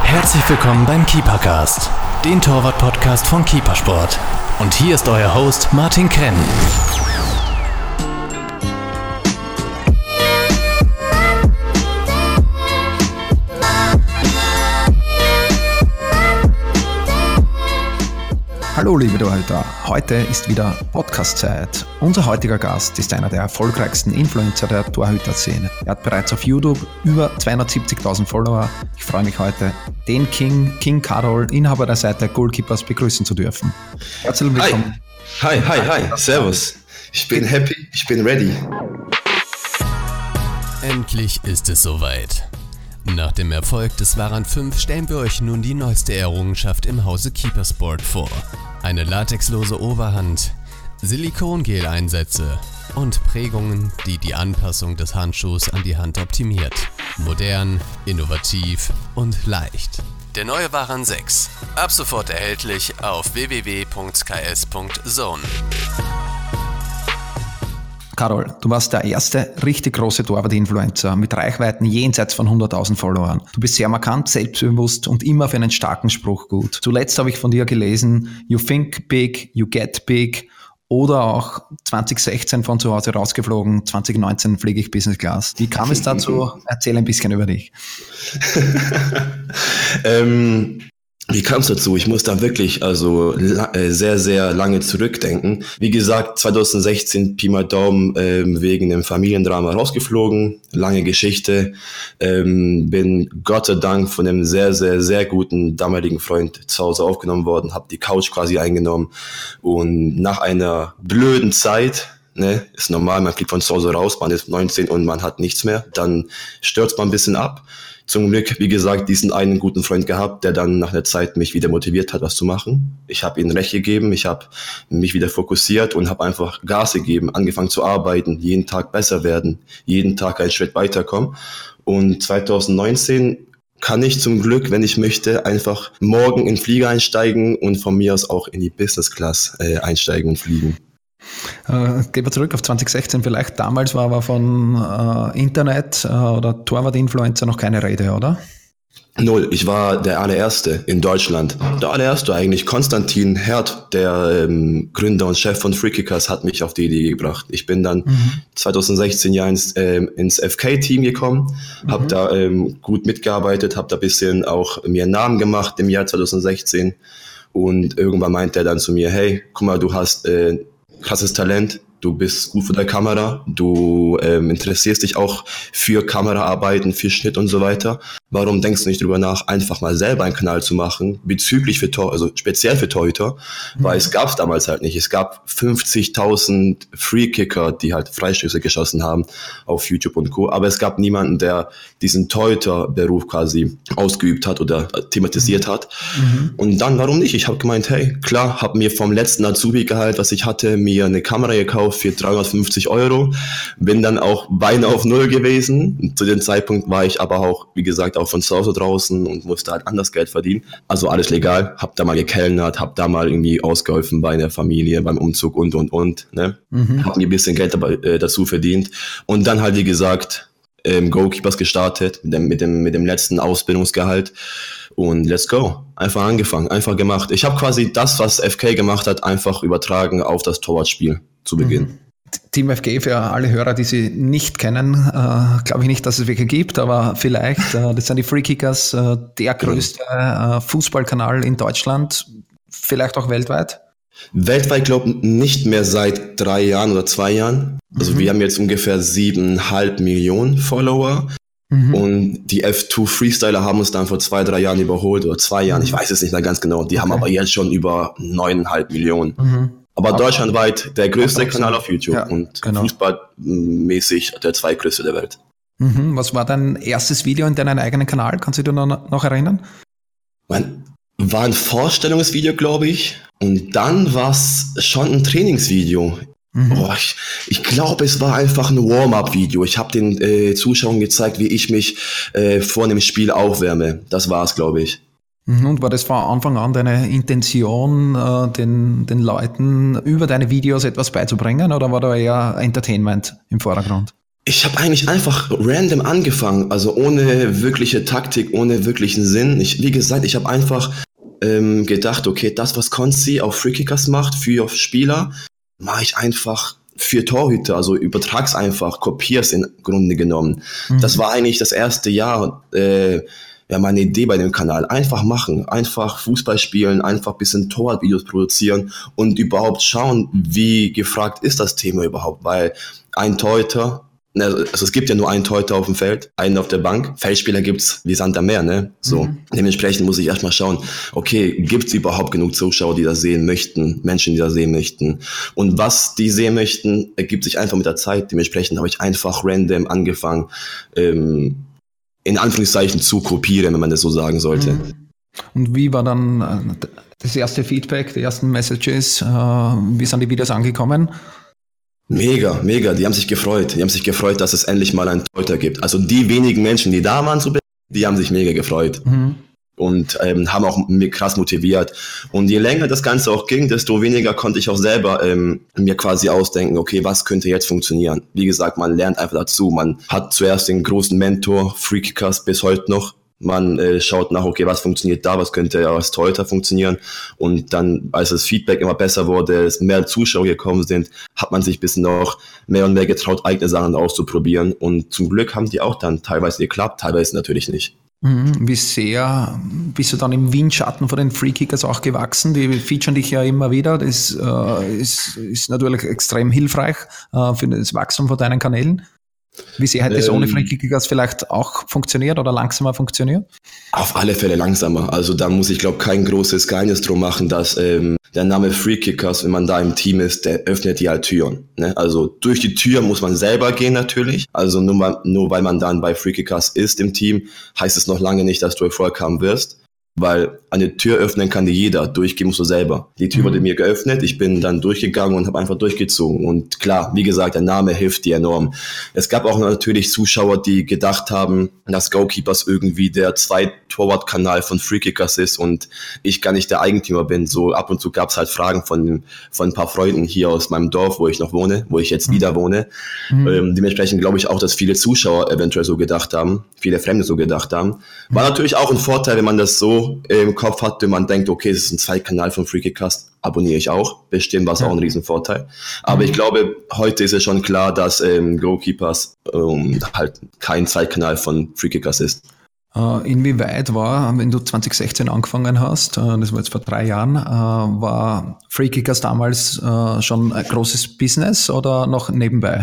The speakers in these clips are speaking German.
Herzlich willkommen beim Keepercast, den Torwart-Podcast von Keepersport. Und hier ist euer Host Martin Krenn. Hallo liebe Torhüter, heute ist wieder Podcast-Zeit. Unser heutiger Gast ist einer der erfolgreichsten Influencer der Torhüter-Szene. Er hat bereits auf YouTube über 270.000 Follower. Ich freue mich heute, den King Karol, Inhaber der Seite Goalkeepers, begrüßen zu dürfen. Herzlich willkommen. Hi, servus. Ich bin happy, ich bin ready. Endlich ist es soweit. Nach dem Erfolg des Varan 5 stellen wir euch nun die neueste Errungenschaft im Hause Keepersport vor. Eine latexlose Oberhand, Silikongel-Einsätze und Prägungen, die die Anpassung des Handschuhs an die Hand optimiert. Modern, innovativ und leicht. Der neue Varan 6. Ab sofort erhältlich auf www.ks.zone. Karol, du warst der erste richtig große Torwart-Influencer mit Reichweiten jenseits von 100.000 Followern. Du bist sehr markant, selbstbewusst und immer für einen starken Spruch gut. Zuletzt habe ich von dir gelesen, you think big, you get big. Oder auch 2016 von zu Hause rausgeflogen, 2019 fliege ich Business Class. Wie kam es dazu? Erzähl ein bisschen über dich. Wie kam es dazu? Ich muss da wirklich sehr, sehr lange zurückdenken. Wie gesagt, 2016 Pi mal Daumen wegen einem Familiendrama rausgeflogen. Lange Geschichte. Bin Gott sei Dank von einem sehr, sehr, sehr guten damaligen Freund zu Hause aufgenommen worden. Habe die Couch quasi eingenommen. Und nach einer blöden Zeit, ne, ist normal, man fliegt von zu Hause raus, man ist 19 und man hat nichts mehr. Dann stürzt man ein bisschen ab. Zum Glück, wie gesagt, diesen einen guten Freund gehabt, der dann nach einer Zeit mich wieder motiviert hat, was zu machen. Ich habe ihm Recht gegeben, ich habe mich wieder fokussiert und habe einfach Gas gegeben, angefangen zu arbeiten, jeden Tag besser werden, jeden Tag einen Schritt weiterkommen. Und 2019 kann ich zum Glück, wenn ich möchte, einfach morgen in den Flieger einsteigen und von mir aus auch in die Business Class einsteigen und fliegen. Gehen wir zurück auf 2016 vielleicht. Damals war aber von Internet oder Torwart-Influencer noch keine Rede, oder? Null. Ich war der allererste in Deutschland. Der allererste eigentlich. Konstantin Herd, der Gründer und Chef von Freekickers, hat mich auf die Idee gebracht. Ich bin dann 2016 ja ins FK-Team gekommen, habe da gut mitgearbeitet, habe da ein bisschen auch mir einen Namen gemacht im Jahr 2016 und irgendwann meinte er dann zu mir, hey, guck mal, du hast krasses Talent, du bist gut vor der Kamera, du interessierst dich auch für Kameraarbeiten, für Schnitt und so weiter. Warum denkst du nicht drüber nach, einfach mal selber einen Kanal zu machen, bezüglich also speziell für Torhüter, weil es gab es damals halt nicht. Es gab 50.000 Freekicker, die halt Freistöße geschossen haben auf YouTube und Co., aber es gab niemanden, der diesen Torhüter-Beruf quasi ausgeübt hat oder thematisiert hat. Und dann, warum nicht? Ich habe gemeint, hey, klar, habe mir vom letzten Azubi-Gehalt, was ich hatte, mir eine Kamera gekauft für 350 €, bin dann auch beinahe auf Null gewesen. Zu dem Zeitpunkt war ich aber auch, wie gesagt, auch von zu Hause draußen und musste halt anders Geld verdienen. Also alles legal, hab da mal gekellnert, hab da mal irgendwie ausgeholfen bei einer Familie, beim Umzug und, ne? Hab mir ein bisschen Geld dazu verdient. Und dann halt, wie gesagt, Goalkeepers gestartet mit dem letzten Ausbildungsgehalt. Und let's go. Einfach angefangen, einfach gemacht. Ich habe quasi das, was FK gemacht hat, einfach übertragen auf das Torwartspiel zu Beginn. Team FK, für alle Hörer, die sie nicht kennen, glaube ich nicht, dass es welche gibt, aber vielleicht, das sind die Freekickers, der größte Fußballkanal in Deutschland, vielleicht auch weltweit? Weltweit glaube ich nicht mehr seit 3 Jahren oder 2 Jahren. Also wir haben jetzt ungefähr 7,5 Millionen Follower. Und die F2 Freestyler haben uns dann vor 2-3 Jahren überholt oder 2 Jahren, ich weiß es nicht mehr ganz genau. Die haben aber jetzt schon über 9,5 Millionen. Aber deutschlandweit der größte Kanal auf YouTube und genau. Fußballmäßig der zweitgrößte der Welt. Was war dein erstes Video in deinem eigenen Kanal? Kannst du dich noch erinnern? War ein Vorstellungsvideo, glaube ich. Und dann war es schon ein Trainingsvideo. Ich glaube, es war einfach ein Warm-up-Video. Ich habe den Zuschauern gezeigt, wie ich mich vor einem Spiel aufwärme. Das war es, glaube ich. Und war das von Anfang an deine Intention, den Leuten über deine Videos etwas beizubringen, oder war da eher Entertainment im Vordergrund? Ich habe eigentlich einfach random angefangen, also ohne wirkliche Taktik, ohne wirklichen Sinn. Wie gesagt, ich habe einfach gedacht, okay, das, was Konzi auf Freekickers macht für Spieler, mache ich einfach für Torhüter, also übertrag's einfach, kopier's im Grunde genommen. Das war eigentlich das erste Jahr, meine Idee bei dem Kanal. Einfach machen, einfach Fußball spielen, einfach ein bisschen Torwartvideos produzieren und überhaupt schauen, wie gefragt ist das Thema überhaupt, weil ein Torhüter, also es gibt ja nur einen Torhüter auf dem Feld, einen auf der Bank. Feldspieler gibt's wie Sand am Meer, ne? So. Dementsprechend muss ich erstmal schauen, okay, gibt's überhaupt genug Zuschauer, die das sehen möchten, Menschen, die das sehen möchten? Und was die sehen möchten, ergibt sich einfach mit der Zeit. Dementsprechend habe ich einfach random angefangen, in Anführungszeichen zu kopieren, wenn man das so sagen sollte. Und wie war dann das erste Feedback, die ersten Messages? Wie sind die Videos angekommen? Mega. Die haben sich gefreut. Die haben sich gefreut, dass es endlich mal einen Torhüter gibt. Also die wenigen Menschen, die da waren, die haben sich mega gefreut. Und haben auch mich krass motiviert. Und je länger das Ganze auch ging, desto weniger konnte ich auch selber mir quasi ausdenken, okay, was könnte jetzt funktionieren? Wie gesagt, man lernt einfach dazu. Man hat zuerst den großen Mentor, Freekickers bis heute noch. Man schaut nach, okay, was funktioniert da, was könnte als Torhüter funktionieren. Und dann, als das Feedback immer besser wurde, es mehr Zuschauer gekommen sind, hat man sich ein bisschen noch mehr und mehr getraut, eigene Sachen auszuprobieren. Und zum Glück haben die auch dann teilweise geklappt, teilweise natürlich nicht. Wie sehr bist du dann im Windschatten von den Freekickers auch gewachsen? Die featuren dich ja immer wieder. Das ist natürlich extrem hilfreich für das Wachstum von deinen Kanälen. Wie sehr hätte es ohne Freekickers vielleicht auch funktioniert oder langsamer funktioniert? Auf alle Fälle langsamer. Also da muss ich, glaube ich, kein großes Geheimnis drum machen, dass der Name Freekickers, wenn man da im Team ist, der öffnet die halt Türen. Ne? Also durch die Tür muss man selber gehen natürlich. Also nur weil man dann bei Freekickers ist im Team, heißt es noch lange nicht, dass du Erfolg haben wirst. Weil eine Tür öffnen kann dir jeder, durchgehen musst du selber. Die Tür wurde mir geöffnet, ich bin dann durchgegangen und habe einfach durchgezogen. Und klar, wie gesagt, der Name hilft dir enorm. Es gab auch natürlich Zuschauer, die gedacht haben, dass Goalkeepers irgendwie der Zweit-Torwart-Kanal von Freekickers ist und ich gar nicht der Eigentümer bin. So ab und zu gab es halt Fragen von ein paar Freunden hier aus meinem Dorf, wo ich noch wohne, wo ich jetzt wieder wohne. Dementsprechend glaube ich auch, dass viele Zuschauer eventuell so gedacht haben, viele Fremde so gedacht haben. War natürlich auch ein Vorteil, wenn man das so im Kopf hatte, man denkt, okay, es ist ein Zweitkanal von Freekickers, abonniere ich auch. Bestimmt war es auch ein Riesenvorteil. Aber ich glaube, heute ist es schon klar, dass Goalkeepers halt kein Zweitkanal von Freekickers ist. Inwieweit war, wenn du 2016 angefangen hast, das war jetzt vor 3 Jahren, war Freekickers damals schon ein großes Business oder noch nebenbei?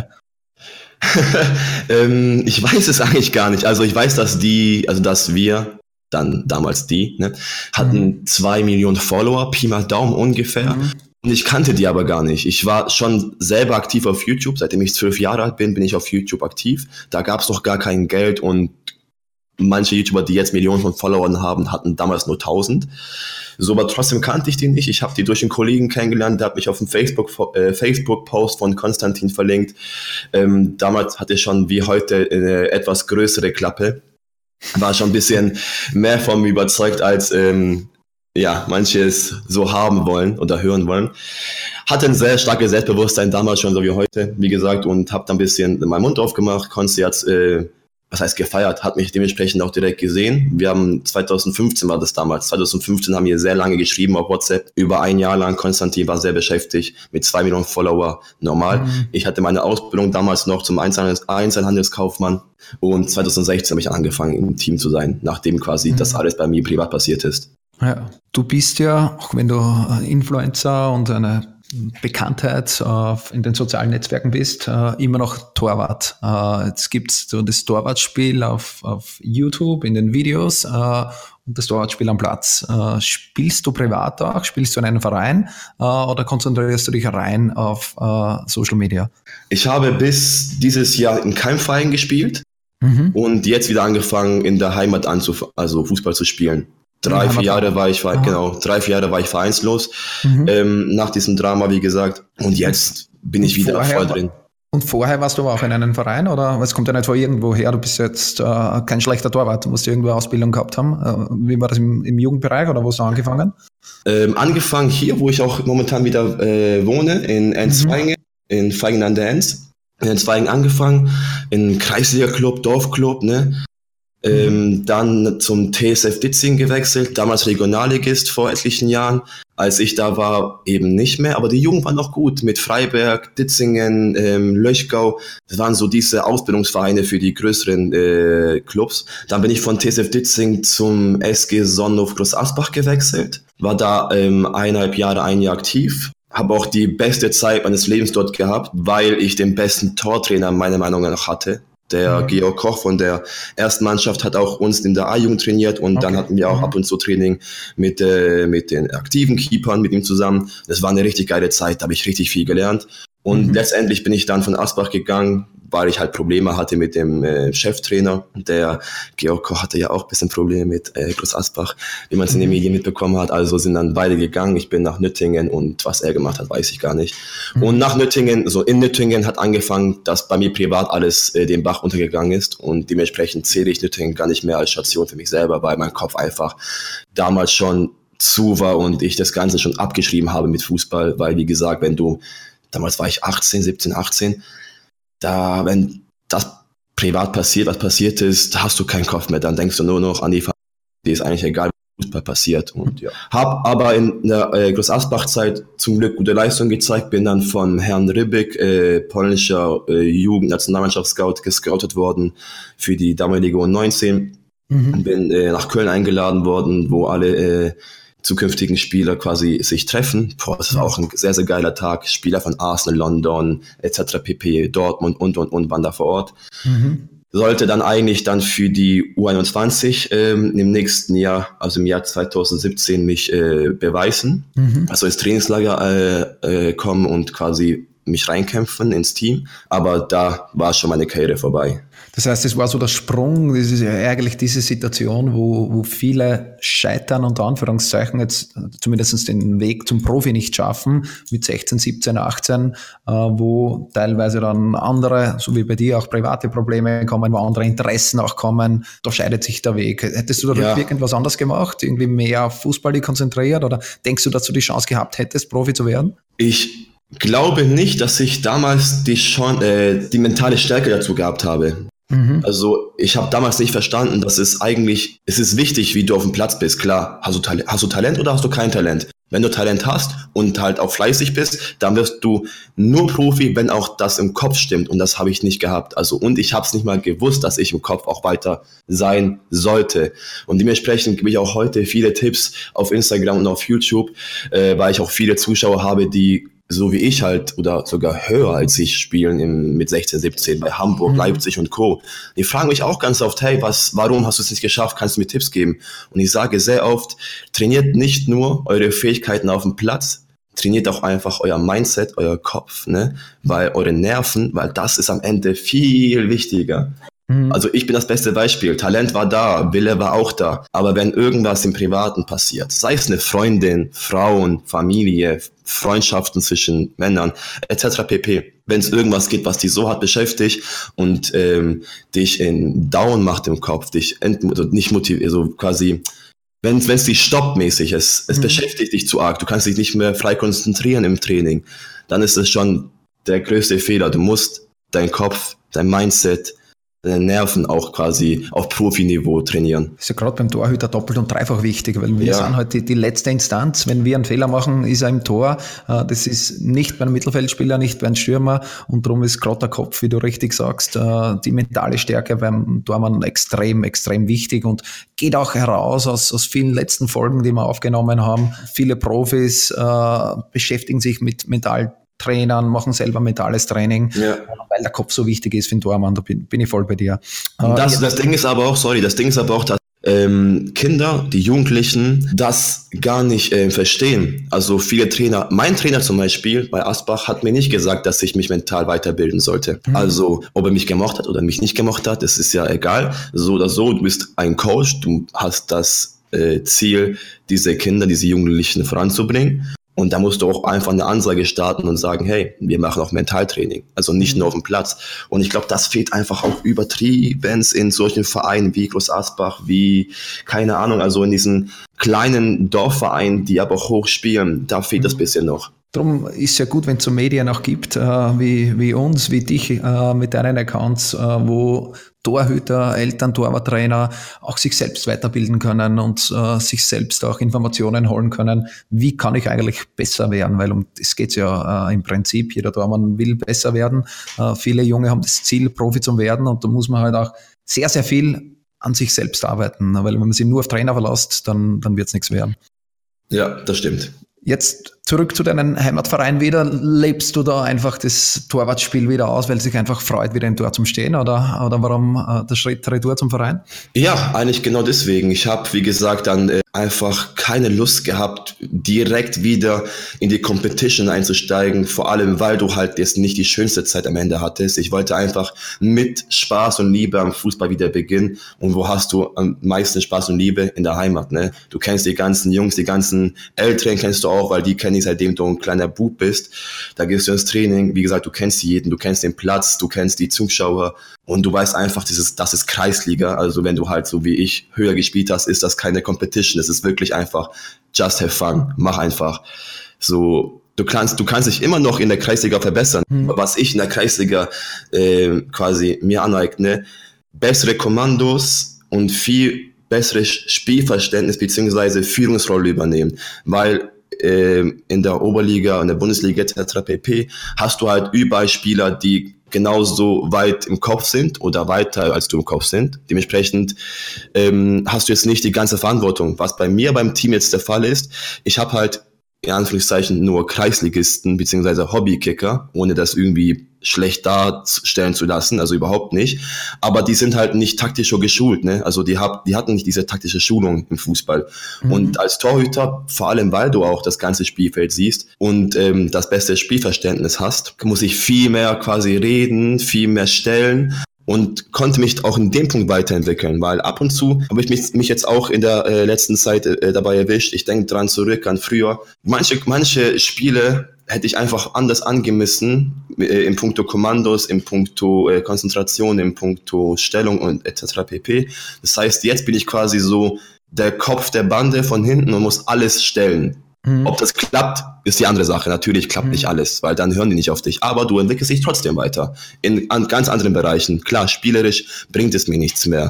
Ich weiß es eigentlich gar nicht. Also ich weiß, dass wir dann damals hatten 2 Millionen Follower, Pi mal Daumen ungefähr. Und ich kannte die aber gar nicht. Ich war schon selber aktiv auf YouTube. Seitdem ich 12 Jahre alt bin, bin ich auf YouTube aktiv. Da gab es noch gar kein Geld und manche YouTuber, die jetzt Millionen von Followern haben, hatten damals nur 1000. So, aber trotzdem kannte ich die nicht. Ich habe die durch einen Kollegen kennengelernt, der hat mich auf dem Facebook-Post von Konstantin verlinkt. Damals hatte ich schon wie heute eine etwas größere Klappe. War schon ein bisschen mehr von mir überzeugt, als manche es so haben wollen oder hören wollen. Hatte ein sehr starkes Selbstbewusstsein damals schon, so wie heute, wie gesagt, und habe dann ein bisschen meinen Mund aufgemacht. Konsti hat's, gefeiert, hat mich dementsprechend auch direkt gesehen. Wir haben 2015 war das damals. 2015 haben wir sehr lange geschrieben auf WhatsApp. Über 1 Jahr lang. Konstantin war sehr beschäftigt mit 2 Millionen Follower. Normal. Ich hatte meine Ausbildung damals noch zum Einzelhandelskaufmann. Und 2016 habe ich angefangen, im Team zu sein, nachdem quasi das alles bei mir privat passiert ist. Ja, du bist ja, auch wenn du Influencer und eine Bekanntheit in den sozialen Netzwerken bist, immer noch Torwart. Jetzt gibt es so das Torwartspiel auf YouTube in den Videos und das Torwartspiel am Platz. Spielst du privat auch? Spielst du in einem Verein oder konzentrierst du dich rein auf Social Media? Ich habe bis dieses Jahr in keinem Verein gespielt und jetzt wieder angefangen, in der Heimat Fußball zu spielen. 3-4 Jahre war ich, 3-4 Jahre war ich vereinslos, nach diesem Drama, wie gesagt. Und jetzt bin ich wieder voll drin. Und vorher warst du aber auch in einem Verein, oder? Es kommt ja nicht von irgendwo her, du bist jetzt kein schlechter Torwart, du musst irgendwo Ausbildung gehabt haben. Wie war das im Jugendbereich, oder wo hast du angefangen? Angefangen hier, wo ich auch momentan wieder wohne, in Enzfeingen, in Feigen an der Enz. in den Zweigen angefangen, in Kreisliga-Club, Dorfclub, ne? Dann zum TSF Ditzingen gewechselt, damals Regionalligist vor etlichen Jahren. Als ich da war, eben nicht mehr, aber die Jugend war noch gut mit Freiberg, Ditzingen, Löchgau. Das waren so diese Ausbildungsvereine für die größeren Clubs. Dann bin ich von TSF Ditzingen zum SG Sonnenhof Groß Asbach gewechselt, war da 1,5 Jahre, ein Jahr aktiv. Habe auch die beste Zeit meines Lebens dort gehabt, weil ich den besten Tortrainer meiner Meinung nach hatte. Der Georg Koch von der ersten Mannschaft hat auch uns in der A-Jugend trainiert und dann hatten wir auch ab und zu Training mit den aktiven Keepern, mit ihm zusammen. Das war eine richtig geile Zeit, da habe ich richtig viel gelernt. Und letztendlich bin ich dann von Asbach gegangen, weil ich halt Probleme hatte mit dem Cheftrainer. Der Georg Koch hatte ja auch ein bisschen Probleme mit Groß Asbach, wie man es in den Medien mitbekommen hat. Also sind dann beide gegangen. Ich bin nach Nüttingen und was er gemacht hat, weiß ich gar nicht. Und nach Nüttingen, so in Nüttingen hat angefangen, dass bei mir privat alles den Bach untergegangen ist und dementsprechend zähle ich Nüttingen gar nicht mehr als Station für mich selber, weil mein Kopf einfach damals schon zu war und ich das Ganze schon abgeschrieben habe mit Fußball, weil wie gesagt, damals war ich 18, da, wenn das privat passiert, was passiert ist, da hast du keinen Kopf mehr, dann denkst du nur noch an die Familie, die ist eigentlich egal, was Fußball passiert. Und ja. Hab aber in der Groß Asbach-Zeit zum Glück gute Leistung gezeigt, bin dann von Herrn Rybik, polnischer Jugend-Nationalmannschaft-Scout, gescoutet worden für die damalige U19. Bin nach Köln eingeladen worden, wo alle zukünftigen Spieler quasi sich treffen. Das war auch ein sehr, sehr geiler Tag. Spieler von Arsenal, London, etc. pp. Dortmund und waren da vor Ort. Sollte dann eigentlich dann für die U21 im nächsten Jahr, also im Jahr 2017, mich beweisen. Also ins Trainingslager kommen und quasi mich reinkämpfen ins Team. Aber da war schon meine Karriere vorbei. Das heißt, es war so der Sprung, das ist ja eigentlich diese Situation, wo viele scheitern, unter Anführungszeichen, jetzt zumindest den Weg zum Profi nicht schaffen, mit 16, 17, 18, wo teilweise dann andere, so wie bei dir, auch private Probleme kommen, wo andere Interessen auch kommen, da scheidet sich der Weg. Hättest du da rückwirkend was anderes gemacht, irgendwie mehr auf Fußball konzentriert oder denkst du, dass du die Chance gehabt hättest, Profi zu werden? Ich glaube nicht, dass ich damals die mentale Stärke dazu gehabt habe. Also ich habe damals nicht verstanden, dass es ist wichtig, wie du auf dem Platz bist. Klar, hast du Talent oder hast du kein Talent? Wenn du Talent hast und halt auch fleißig bist, dann wirst du nur Profi, wenn auch das im Kopf stimmt. Und das habe ich nicht gehabt. Und ich habe es nicht mal gewusst, dass ich im Kopf auch weiter sein sollte. Und dementsprechend gebe ich auch heute viele Tipps auf Instagram und auf YouTube, weil ich auch viele Zuschauer habe, die so wie ich halt oder sogar höher als ich spielen mit 16, 17 bei Hamburg, Leipzig und Co. Die fragen mich auch ganz oft, hey, warum hast du es nicht geschafft? Kannst du mir Tipps geben? Und ich sage sehr oft, trainiert nicht nur eure Fähigkeiten auf dem Platz, trainiert auch einfach euer Mindset, euer Kopf, ne? Weil eure Nerven, weil das ist am Ende viel wichtiger. Also ich bin das beste Beispiel. Talent war da, Wille war auch da. Aber wenn irgendwas im Privaten passiert, sei es eine Freundin, Frauen, Familie, Freundschaften zwischen Männern, etc. pp. Wenn es irgendwas gibt, was dich so hart beschäftigt und dich in Down macht im Kopf, dich nicht motiviert, also quasi, wenn es dich stoppt mäßig, es beschäftigt dich zu arg, du kannst dich nicht mehr frei konzentrieren im Training, dann ist es schon der größte Fehler. Du musst deinen Kopf, dein Mindset, deine Nerven auch quasi auf Profiniveau trainieren. Das ist ja gerade beim Torhüter doppelt und dreifach wichtig, weil wir sind halt die letzte Instanz. Wenn wir einen Fehler machen, ist er im Tor. Das ist nicht bei einem Mittelfeldspieler, nicht bei einem Stürmer und darum ist gerade der Kopf, wie du richtig sagst, die mentale Stärke beim Tormann extrem, extrem wichtig und geht auch heraus aus vielen letzten Folgen, die wir aufgenommen haben. Viele Profis beschäftigen sich mit Mentaltrainern, machen selber mentales Training, weil der Kopf so wichtig ist für den Tormann, da bin ich voll bei dir. Das Ding ist aber auch, dass Kinder, die Jugendlichen, das gar nicht verstehen. Also viele Trainer, mein Trainer zum Beispiel bei Asbach hat mir nicht gesagt, dass ich mich mental weiterbilden sollte. Also ob er mich gemocht hat oder mich nicht gemocht hat, das ist ja egal. So oder so, du bist ein Coach, du hast das Ziel, diese Kinder, diese Jugendlichen voranzubringen. Und da musst du auch einfach eine Ansage starten und sagen, hey, wir machen auch Mentaltraining, also nicht nur auf dem Platz. Und ich glaube, das fehlt einfach auch übertrieben in solchen Vereinen wie Groß Asbach, wie, keine Ahnung, also in diesen kleinen Dorfvereinen, die aber auch hoch spielen, da fehlt das bisschen noch. Darum ist es ja gut, wenn es so Medien auch gibt, wie uns, wie dich mit deinen Accounts, wo Torhüter, Eltern, Torwarttrainer auch sich selbst weiterbilden können und sich selbst auch Informationen holen können, wie kann ich eigentlich besser werden, weil um das geht es ja im Prinzip, jeder Tormann will besser werden. Viele Junge haben das Ziel, Profi zu werden und da muss man halt auch sehr, sehr viel an sich selbst arbeiten, weil wenn man sich nur auf Trainer verlässt, dann wird es nichts werden. Ja, das stimmt. Jetzt zurück zu deinem Heimatverein wieder. Lebst du da einfach das Torwartspiel wieder aus, weil es dich einfach freut, wieder im Tor zum Stehen? Oder warum der Schritt Retour zum Verein? Ja, eigentlich genau deswegen. Ich habe, wie gesagt, dann einfach keine Lust gehabt, direkt wieder in die Competition einzusteigen. Vor allem, weil du halt jetzt nicht die schönste Zeit am Ende hattest. Ich wollte einfach mit Spaß und Liebe am Fußball wieder beginnen. Und wo hast du am meisten Spaß und Liebe? In der Heimat, ne? Du kennst die ganzen Jungs, die ganzen Älteren kennst du auch, weil die kenne ich seitdem du ein kleiner Bub bist. Da gehst du ins Training. Wie gesagt, du kennst jeden, du kennst den Platz, du kennst die Zuschauer. Und du weißt einfach, das ist Kreisliga. Also wenn du halt so wie ich höher gespielt hast, ist das keine Competition. Es ist wirklich einfach just have fun. Mach einfach. So, du kannst dich immer noch in der Kreisliga verbessern. Was ich in der Kreisliga quasi mir aneigne, bessere Kommandos und viel besseres Spielverständnis beziehungsweise Führungsrolle übernehmen. Weil in der Oberliga, in der Bundesliga etc. pp. hast du halt überall Spieler, die genauso weit im Kopf sind oder weiter als du im Kopf sind. Dementsprechend hast du jetzt nicht die ganze Verantwortung. Was bei mir beim Team jetzt der Fall ist, ich habe halt in Anführungszeichen nur Kreisligisten beziehungsweise Hobbykicker, ohne das irgendwie schlecht darstellen zu lassen, also überhaupt nicht. Aber die sind halt nicht taktisch so geschult, ne? Also die hatten nicht diese taktische Schulung im Fußball. Und als Torhüter, vor allem weil du auch das ganze Spielfeld siehst und das beste Spielverständnis hast, muss ich viel mehr quasi reden, viel mehr stellen und konnte mich auch in dem Punkt weiterentwickeln, weil ab und zu habe ich mich jetzt auch in der letzten Zeit dabei erwischt. Ich denke dran zurück an früher. Manche Spiele hätte ich einfach anders angehen müssen, in puncto Kommandos, in puncto Konzentration, in puncto Stellung und etc. pp. Das heißt, jetzt bin ich quasi so der Kopf der Bande von hinten und muss alles stellen. Ob das klappt, ist die andere Sache. Natürlich klappt nicht alles, weil dann hören die nicht auf dich. Aber du entwickelst dich trotzdem weiter. An ganz anderen Bereichen. Klar, spielerisch bringt es mir nichts mehr.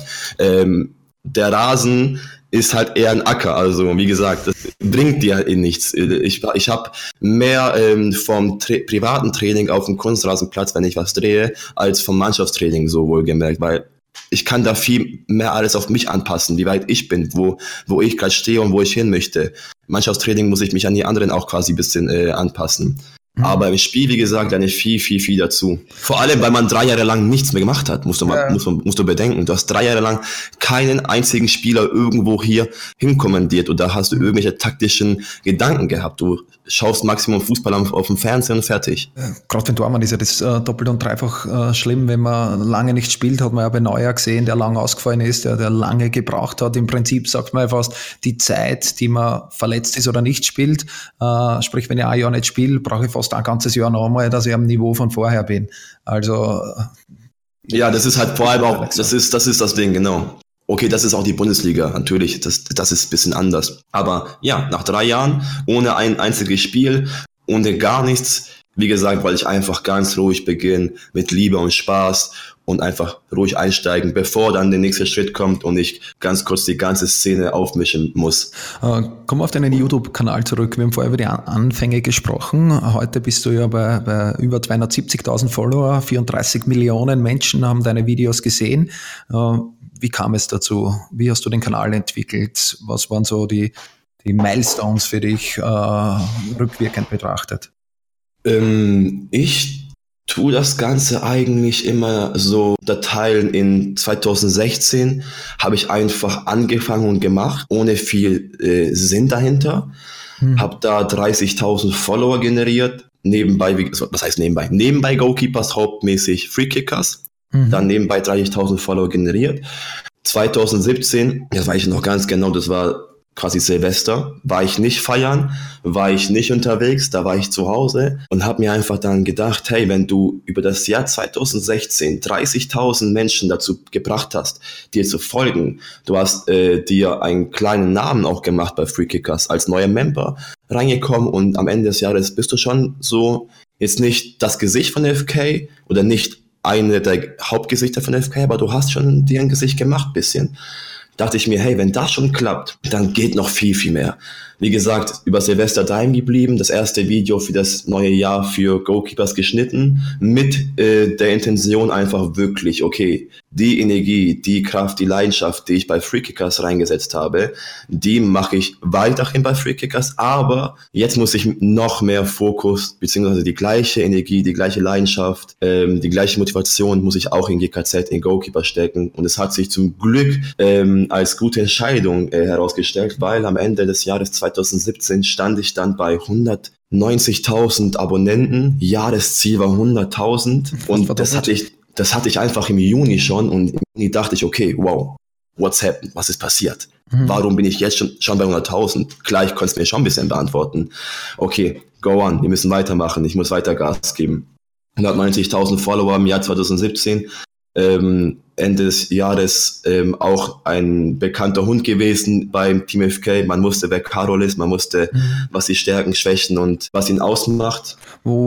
Der Rasen ist halt eher ein Acker. Also wie gesagt, das bringt dir nichts. Ich habe mehr vom privaten Training auf dem Kunstrasenplatz, wenn ich was drehe, als vom Mannschaftstraining, so wohlgemerkt. Weil ich kann da viel mehr alles auf mich anpassen, wie weit ich bin, wo ich gerade stehe und wo ich hin möchte. Mannschaftstraining muss ich mich an die anderen auch quasi ein bisschen anpassen. Aber im Spiel, wie gesagt, lerne ich viel dazu. Vor allem, weil man 3 Jahre lang nichts mehr gemacht hat, musst du bedenken. Du hast 3 Jahre lang keinen einzigen Spieler irgendwo hier hinkommandiert oder hast du irgendwelche taktischen Gedanken gehabt. Du schaust Maximum Fußball auf dem Fernsehen und fertig. Gerade wenn Tormann ist ja das doppelt und dreifach schlimm, wenn man lange nicht spielt, hat man ja bei Neuer gesehen, der lang ausgefallen ist, der lange gebraucht hat. Im Prinzip sagt man ja fast, die Zeit, die man verletzt ist oder nicht spielt, sprich, wenn ich ein Jahr nicht spiele, brauche ich fast ein ganzes Jahr nochmal, dass ich am Niveau von vorher bin. Also ja, das ist halt vor allem auch, das ist das Ding, genau. Okay, das ist auch die Bundesliga, natürlich, das ist ein bisschen anders. Aber ja, nach 3 Jahren, ohne ein einziges Spiel, ohne gar nichts, wie gesagt, weil ich einfach ganz ruhig beginne, mit Liebe und Spaß und einfach ruhig einsteigen, bevor dann der nächste Schritt kommt und ich ganz kurz die ganze Szene aufmischen muss. Komm auf deinen YouTube-Kanal zurück. Wir haben vorher über die Anfänge gesprochen. Heute bist du ja bei über 270.000 Follower, 34 Millionen Menschen haben deine Videos gesehen. Wie kam es dazu? Wie hast du den Kanal entwickelt? Was waren so die Milestones für dich rückwirkend betrachtet? Ich tue das Ganze eigentlich immer so Dateien. In 2016 habe ich einfach angefangen und gemacht, ohne viel Sinn dahinter. Habe da 30.000 Follower generiert. Nebenbei, was heißt nebenbei? Nebenbei Goalkeepers, hauptmäßig Freekickers. Dann nebenbei 30.000 Follower generiert. 2017, das weiß ich noch ganz genau, das war quasi Silvester, war ich nicht feiern, war ich nicht unterwegs, da war ich zu Hause und habe mir einfach dann gedacht, hey, wenn du über das Jahr 2016 30.000 Menschen dazu gebracht hast, dir zu folgen, du hast dir einen kleinen Namen auch gemacht bei Freekickers als neuer Member, reingekommen und am Ende des Jahres bist du schon so, jetzt nicht das Gesicht von FK oder nicht eine der Hauptgesichter von FK, aber du hast schon dir ein Gesicht gemacht, bisschen. Dachte ich mir, hey, wenn das schon klappt, dann geht noch viel, viel mehr. Wie gesagt, über Silvester daheim geblieben, das erste Video für das neue Jahr für Goalkeepers geschnitten, mit der Intention einfach wirklich, okay, die Energie, die Kraft, die Leidenschaft, die ich bei Freekickers reingesetzt habe, die mache ich weiterhin bei Freekickers, aber jetzt muss ich noch mehr Fokus, beziehungsweise die gleiche Energie, die gleiche Leidenschaft, die gleiche Motivation muss ich auch in GKZ, in Goalkeeper stecken, und es hat sich zum Glück als gute Entscheidung herausgestellt, weil am Ende des Jahres 2017 stand ich dann bei 190.000 Abonnenten. Jahresziel war 100.000 und das hatte ich einfach im Juni schon, und im Juni dachte ich, okay, wow, what's happened? Was ist passiert? Warum bin ich jetzt schon bei 100.000? Klar, ich konnte es mir schon ein bisschen beantworten. Okay, go on, wir müssen weitermachen, ich muss weiter Gas geben. 190.000 Follower im Jahr 2017. Ende des Jahres auch ein bekannter Hund gewesen beim Team FK. Man wusste, wer Karol ist, man wusste, was die Stärken, Schwächen und was ihn ausmacht.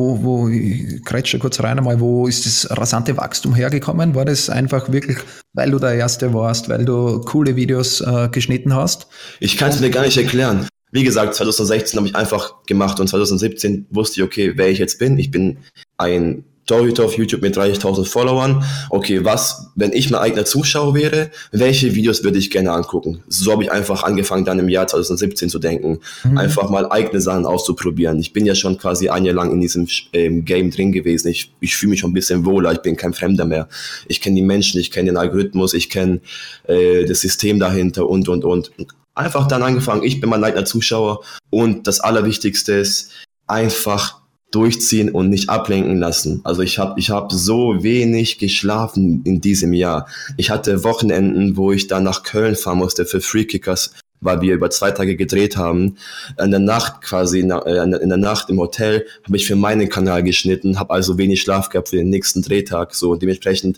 Ich grätsche kurz rein einmal, wo ist das rasante Wachstum hergekommen? War das einfach wirklich, weil du der Erste warst, weil du coole Videos geschnitten hast? Ich kann es mir gar nicht erklären. Wie gesagt, 2016 habe ich einfach gemacht und 2017 wusste ich, okay, wer ich jetzt bin. Ich bin ein Torhüter auf YouTube mit 30.000 Followern. Okay, wenn ich mein eigener Zuschauer wäre, welche Videos würde ich gerne angucken? So habe ich einfach angefangen, dann im Jahr 2017 zu denken. Einfach mal eigene Sachen auszuprobieren. Ich bin ja schon quasi ein Jahr lang in diesem Game drin gewesen. Ich fühle mich schon ein bisschen wohler, ich bin kein Fremder mehr. Ich kenne die Menschen, ich kenne den Algorithmus, ich kenne das System dahinter und. Einfach dann angefangen, ich bin mein eigener Zuschauer, und das Allerwichtigste ist, einfach durchziehen und nicht ablenken lassen. Also ich hab so wenig geschlafen in diesem Jahr. Ich hatte Wochenenden, wo ich dann nach Köln fahren musste für Freekickers, weil wir über 2 Tage gedreht haben. In der Nacht quasi, in der Nacht im Hotel habe ich für meinen Kanal geschnitten, habe also wenig Schlaf gehabt für den nächsten Drehtag. So, und dementsprechend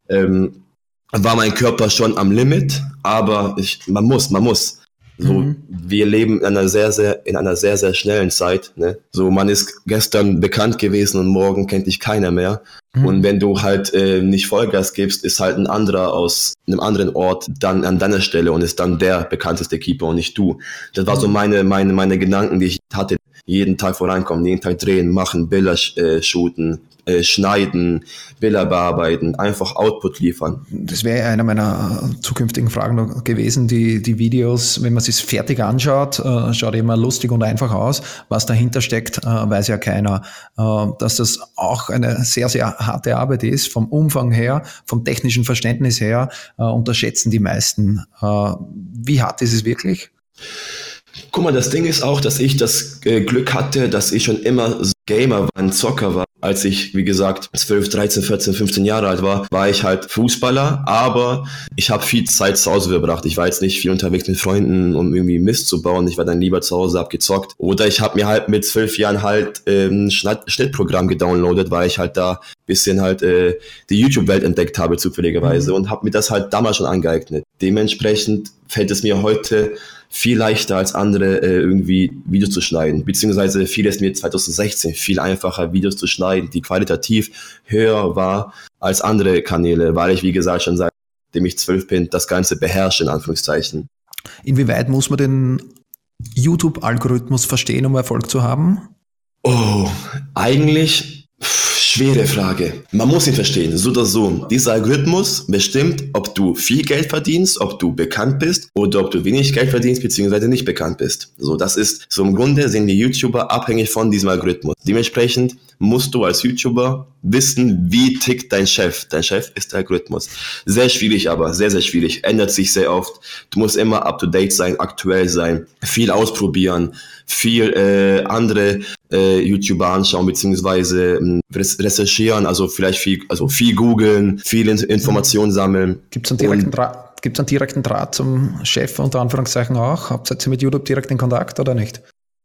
war mein Körper schon am Limit, aber man muss. So, wir leben in einer sehr, sehr schnellen Zeit, ne? So, man ist gestern bekannt gewesen und morgen kennt dich keiner mehr. Und wenn du halt nicht Vollgas gibst, ist halt ein anderer aus einem anderen Ort dann an deiner Stelle und ist dann der bekannteste Keeper und nicht du. Das war so meine Gedanken, die ich hatte. Jeden Tag vorankommen, jeden Tag drehen, machen, Bilder shooten, schneiden, Bilder bearbeiten, einfach Output liefern. Das wäre eine meiner zukünftigen Fragen noch gewesen. Die Videos, wenn man sich fertig anschaut, schaut immer lustig und einfach aus. Was dahinter steckt, weiß ja keiner. Dass das auch eine sehr, sehr harte Arbeit ist, vom Umfang her, vom technischen Verständnis her, unterschätzen die meisten. Wie hart ist es wirklich? Guck mal, das Ding ist auch, dass ich das Glück hatte, dass ich schon immer Gamer war, ein Zocker war. Als ich, wie gesagt, 12, 13, 14, 15 Jahre alt war ich halt Fußballer, aber ich habe viel Zeit zu Hause verbracht. Ich war jetzt nicht viel unterwegs mit Freunden, um irgendwie Mist zu bauen. Ich war dann lieber zu Hause, hab gezockt. Oder ich habe mir halt mit 12 Jahren halt ein Schnittprogramm gedownloadet, weil ich halt da bisschen halt die YouTube-Welt entdeckt habe, zufälligerweise, und habe mir das halt damals schon angeeignet. Dementsprechend fällt es mir heute viel leichter als andere irgendwie Videos zu schneiden, beziehungsweise fiel es mir 2016 viel einfacher, Videos zu schneiden, die qualitativ höher war als andere Kanäle, weil ich, wie gesagt, schon seitdem ich 12 bin, das Ganze beherrsche, in Anführungszeichen. Inwieweit muss man den YouTube-Algorithmus verstehen, um Erfolg zu haben? Oh, eigentlich schwere Frage. Man muss ihn verstehen, so oder so. Dieser Algorithmus bestimmt, ob du viel Geld verdienst, ob du bekannt bist oder ob du wenig Geld verdienst, beziehungsweise nicht bekannt bist. So, das ist, so im Grunde sind die YouTuber abhängig von diesem Algorithmus. Dementsprechend musst du als YouTuber wissen, wie tickt dein Chef. Dein Chef ist der Algorithmus. Sehr schwierig aber, sehr, sehr schwierig. Ändert sich sehr oft. Du musst immer up to date sein, aktuell sein, viel ausprobieren, viel andere YouTuber anschauen, beziehungsweise recherchieren, also vielleicht viel googeln, viel Informationen sammeln. Gibt's einen direkten Draht zum Chef unter Anführungszeichen auch? Habt ihr mit YouTube direkt in Kontakt oder nicht?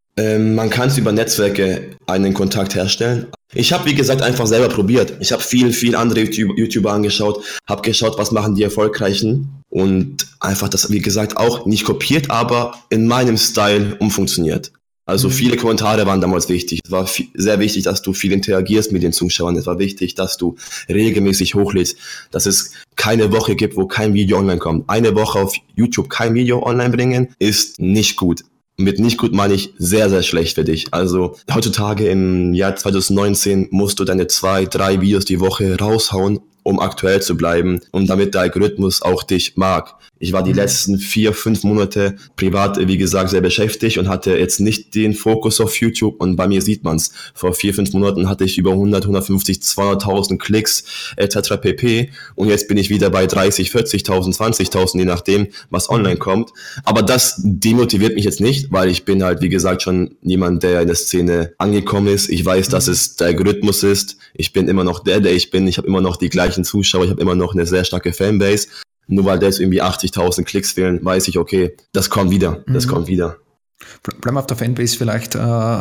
Man kann es über Netzwerke einen Kontakt herstellen. Ich habe, wie gesagt, einfach selber probiert. Ich habe viel andere YouTuber angeschaut, habe geschaut, was machen die Erfolgreichen, und einfach das, wie gesagt, auch nicht kopiert, aber in meinem Style umfunktioniert. Also viele Kommentare waren damals wichtig. Es war sehr wichtig, dass du viel interagierst mit den Zuschauern. Es war wichtig, dass du regelmäßig hochlädst, dass es keine Woche gibt, wo kein Video online kommt. Eine Woche auf YouTube kein Video online bringen, ist nicht gut. Mit nicht gut meine ich sehr, sehr schlecht für dich. Also heutzutage im Jahr 2019 musst du deine 2-3 Videos die Woche raushauen, um aktuell zu bleiben und damit der Algorithmus auch dich mag. Ich war die letzten 4-5 Monate privat, wie gesagt, sehr beschäftigt und hatte jetzt nicht den Fokus auf YouTube, und bei mir sieht man's. Vor 4-5 Monaten hatte ich über 100, 150, 200.000 Klicks etc. pp. Und jetzt bin ich wieder bei 30, 40.000, 20.000, je nachdem, was online kommt. Aber das demotiviert mich jetzt nicht, weil ich bin halt, wie gesagt, schon jemand, der in der Szene angekommen ist. Ich weiß, dass es der Algorithmus ist. Ich bin immer noch der ich bin. Ich habe immer noch die gleichen Zuschauer. Ich habe immer noch eine sehr starke Fanbase. Nur weil da jetzt irgendwie 80.000 Klicks fehlen, weiß ich, okay, das kommt wieder, das kommt wieder. Bleiben wir auf der Fanbase vielleicht.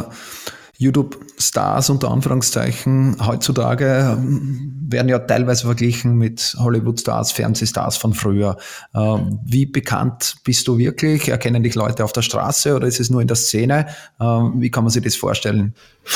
YouTube-Stars unter Anführungszeichen heutzutage werden ja teilweise verglichen mit Hollywood-Stars, Fernsehstars von früher. Wie bekannt bist du wirklich? Erkennen dich Leute auf der Straße oder ist es nur in der Szene? Wie kann man sich das vorstellen?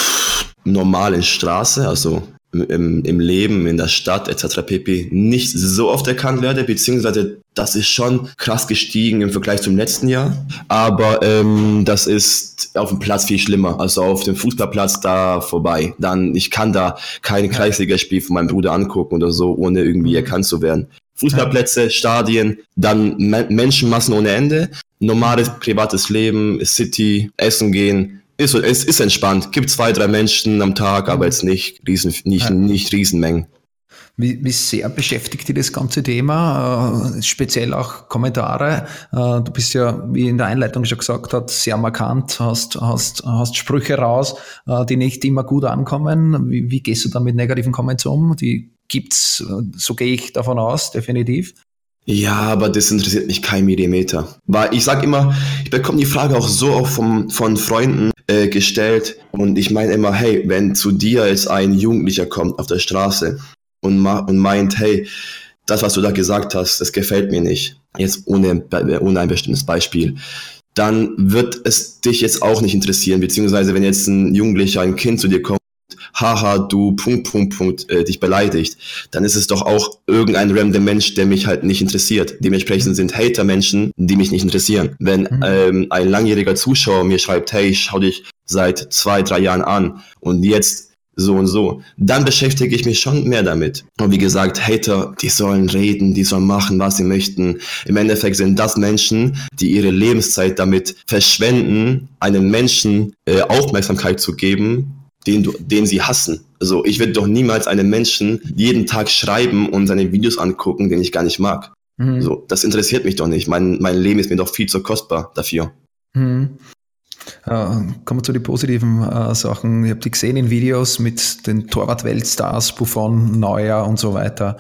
Normale Straße, also im Leben, in der Stadt etc. pp. Nicht so oft erkannt werde, beziehungsweise das ist schon krass gestiegen im Vergleich zum letzten Jahr, aber das ist auf dem Platz viel schlimmer, also auf dem Fußballplatz da vorbei. Dann, ich kann da kein Kreisligaspiel von meinem Bruder angucken oder so, ohne irgendwie erkannt zu werden. Fußballplätze, Stadien, dann Menschenmassen ohne Ende, normales privates Leben, City, essen gehen. Es ist entspannt. Gibt 2-3 Menschen am Tag, aber jetzt nicht Riesenmengen. Wie sehr beschäftigt dich das ganze Thema? Speziell auch Kommentare. Du bist ja, wie in der Einleitung schon gesagt hat, sehr markant, hast Sprüche raus, die nicht immer gut ankommen. Wie gehst du da mit negativen Comments um? Die gibt's, so gehe ich davon aus, definitiv. Ja, aber das interessiert mich kein Millimeter. Weil ich sag immer, ich bekomme die Frage auch so oft von Freunden gestellt, und ich meine immer, hey, wenn zu dir jetzt ein Jugendlicher kommt auf der Straße und meint, hey, das, was du da gesagt hast, das gefällt mir nicht, jetzt ohne ein bestimmtes Beispiel, dann wird es dich jetzt auch nicht interessieren, beziehungsweise wenn jetzt ein Jugendlicher, ein Kind zu dir kommt, haha, du, dich beleidigt, dann ist es doch auch irgendein random Mensch, der mich halt nicht interessiert. Dementsprechend sind Hater-Menschen, die mich nicht interessieren. Wenn ein langjähriger Zuschauer mir schreibt, hey, ich schau dich seit 2-3 Jahren an und jetzt so und so, dann beschäftige ich mich schon mehr damit. Und wie gesagt, Hater, die sollen reden, die sollen machen, was sie möchten. Im Endeffekt sind das Menschen, die ihre Lebenszeit damit verschwenden, einem Menschen Aufmerksamkeit zu geben, den sie hassen. Also ich würde doch niemals einem Menschen jeden Tag schreiben und seine Videos angucken, den ich gar nicht mag. So, das interessiert mich doch nicht. Mein Leben ist mir doch viel zu kostbar dafür. Kommen wir zu den positiven Sachen. Ich habe die gesehen in Videos mit den Torwart-Weltstars, Buffon, Neuer und so weiter.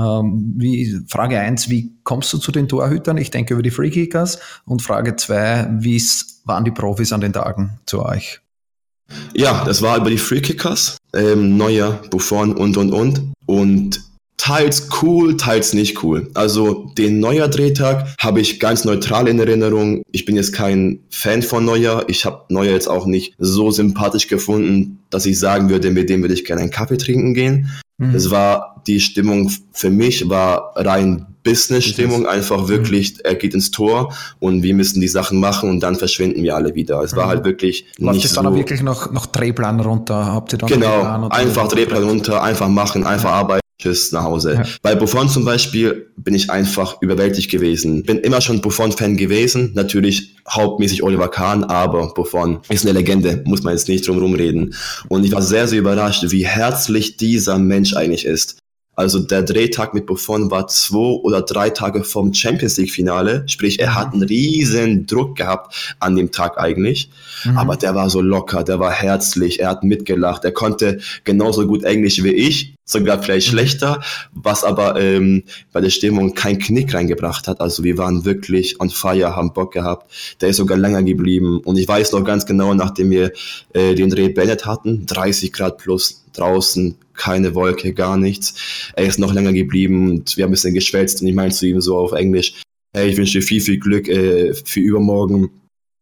Frage 1, wie kommst du zu den Torhütern? Ich denke über die Freekickers. Und Frage 2, wie waren die Profis an den Tagen zu euch? Ja, das war über die Freekickers, Neuer, Buffon und teils cool, teils nicht cool. Also den Neuer-Drehtag habe ich ganz neutral in Erinnerung. Ich bin jetzt kein Fan von Neuer. Ich habe Neuer jetzt auch nicht so sympathisch gefunden, dass ich sagen würde, mit dem würde ich gerne einen Kaffee trinken gehen. Das war, die Stimmung für mich war rein Business-Stimmung, einfach wirklich, er geht ins Tor und wir müssen die Sachen machen und dann verschwinden wir alle wieder. Es war halt wirklich Läuft nicht es dann so. Auch wirklich noch Drehplan runter? Habt ihr dann Genau, einfach Drehplan runter, einfach machen, einfach arbeiten. Tschüss, nach Hause. Ja. Bei Buffon zum Beispiel bin ich einfach überwältigt gewesen. Bin immer schon Buffon-Fan gewesen. Natürlich hauptmäßig Oliver Kahn, aber Buffon ist eine Legende. Muss man jetzt nicht drum rumreden. Und ich war sehr, sehr überrascht, wie herzlich dieser Mensch eigentlich ist. Also der Drehtag mit Buffon war 2 oder 3 Tage vom Champions-League-Finale. Sprich, er hat einen riesen Druck gehabt an dem Tag eigentlich. Aber der war so locker, der war herzlich, er hat mitgelacht. Er konnte genauso gut Englisch wie ich, sogar vielleicht schlechter, was aber bei der Stimmung keinen Knick reingebracht hat. Also wir waren wirklich on fire, haben Bock gehabt. Der ist sogar länger geblieben. Und ich weiß noch ganz genau, nachdem wir den Dreh beendet hatten, 30 Grad plus draußen, keine Wolke, gar nichts. Er ist noch länger geblieben und wir haben ein bisschen geschwätzt und ich meinte zu ihm so auf Englisch, hey, ich wünsche dir viel, viel Glück für übermorgen.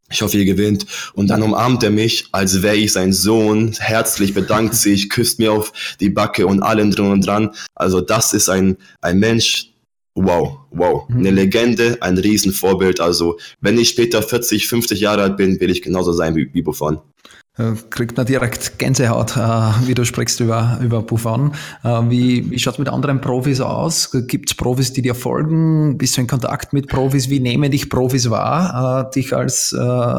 Ich hoffe, ihr gewinnt. Und dann umarmt er mich, als wäre ich sein Sohn, herzlich bedankt sich, küsst mir auf die Backe und allem drin und dran. Also das ist ein Mensch, wow. Eine Legende, ein Riesenvorbild. Also wenn ich später 40, 50 Jahre alt bin, will ich genauso sein wie Buffon. Kriegt man direkt Gänsehaut, wie du sprichst über Buffon. Wie schaut es mit anderen Profis aus? Gibt es Profis, die dir folgen? Bist du in Kontakt mit Profis? Wie nehmen dich Profis wahr? Dich als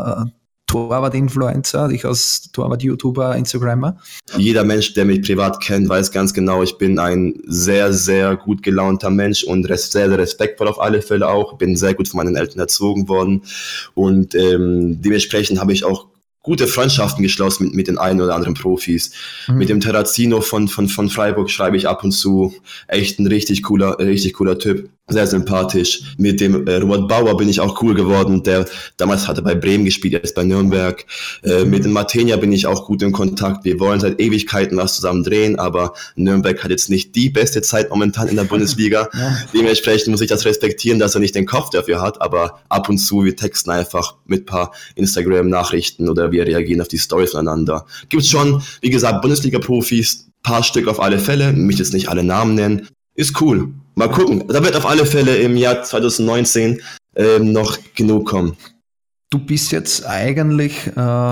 Torwart-Influencer, dich als Torwart-YouTuber, Instagrammer? Jeder Mensch, der mich privat kennt, weiß ganz genau, ich bin ein sehr, sehr gut gelaunter Mensch und sehr, sehr respektvoll auf alle Fälle auch. Bin sehr gut von meinen Eltern erzogen worden und dementsprechend habe ich auch gute Freundschaften geschlossen mit den einen oder anderen Profis. Mit dem Terrazino von Freiburg schreibe ich ab und zu. Echt ein richtig cooler Typ. Sehr sympathisch. Mit dem Robert Bauer bin ich auch cool geworden. Der damals hatte bei Bremen gespielt, jetzt bei Nürnberg. Mit dem Matenia bin ich auch gut in Kontakt. Wir wollen seit Ewigkeiten was zusammen drehen, aber Nürnberg hat jetzt nicht die beste Zeit momentan in der Bundesliga. Dementsprechend muss ich das respektieren, dass er nicht den Kopf dafür hat, aber ab und zu, wir texten einfach mit ein paar Instagram-Nachrichten oder wir reagieren auf die Stories voneinander. Gibt's schon, wie gesagt, Bundesliga-Profis, paar Stück auf alle Fälle, mich jetzt nicht alle Namen nennen. Ist cool. Mal gucken. Da wird auf alle Fälle im Jahr 2019 noch genug kommen. Du bist jetzt eigentlich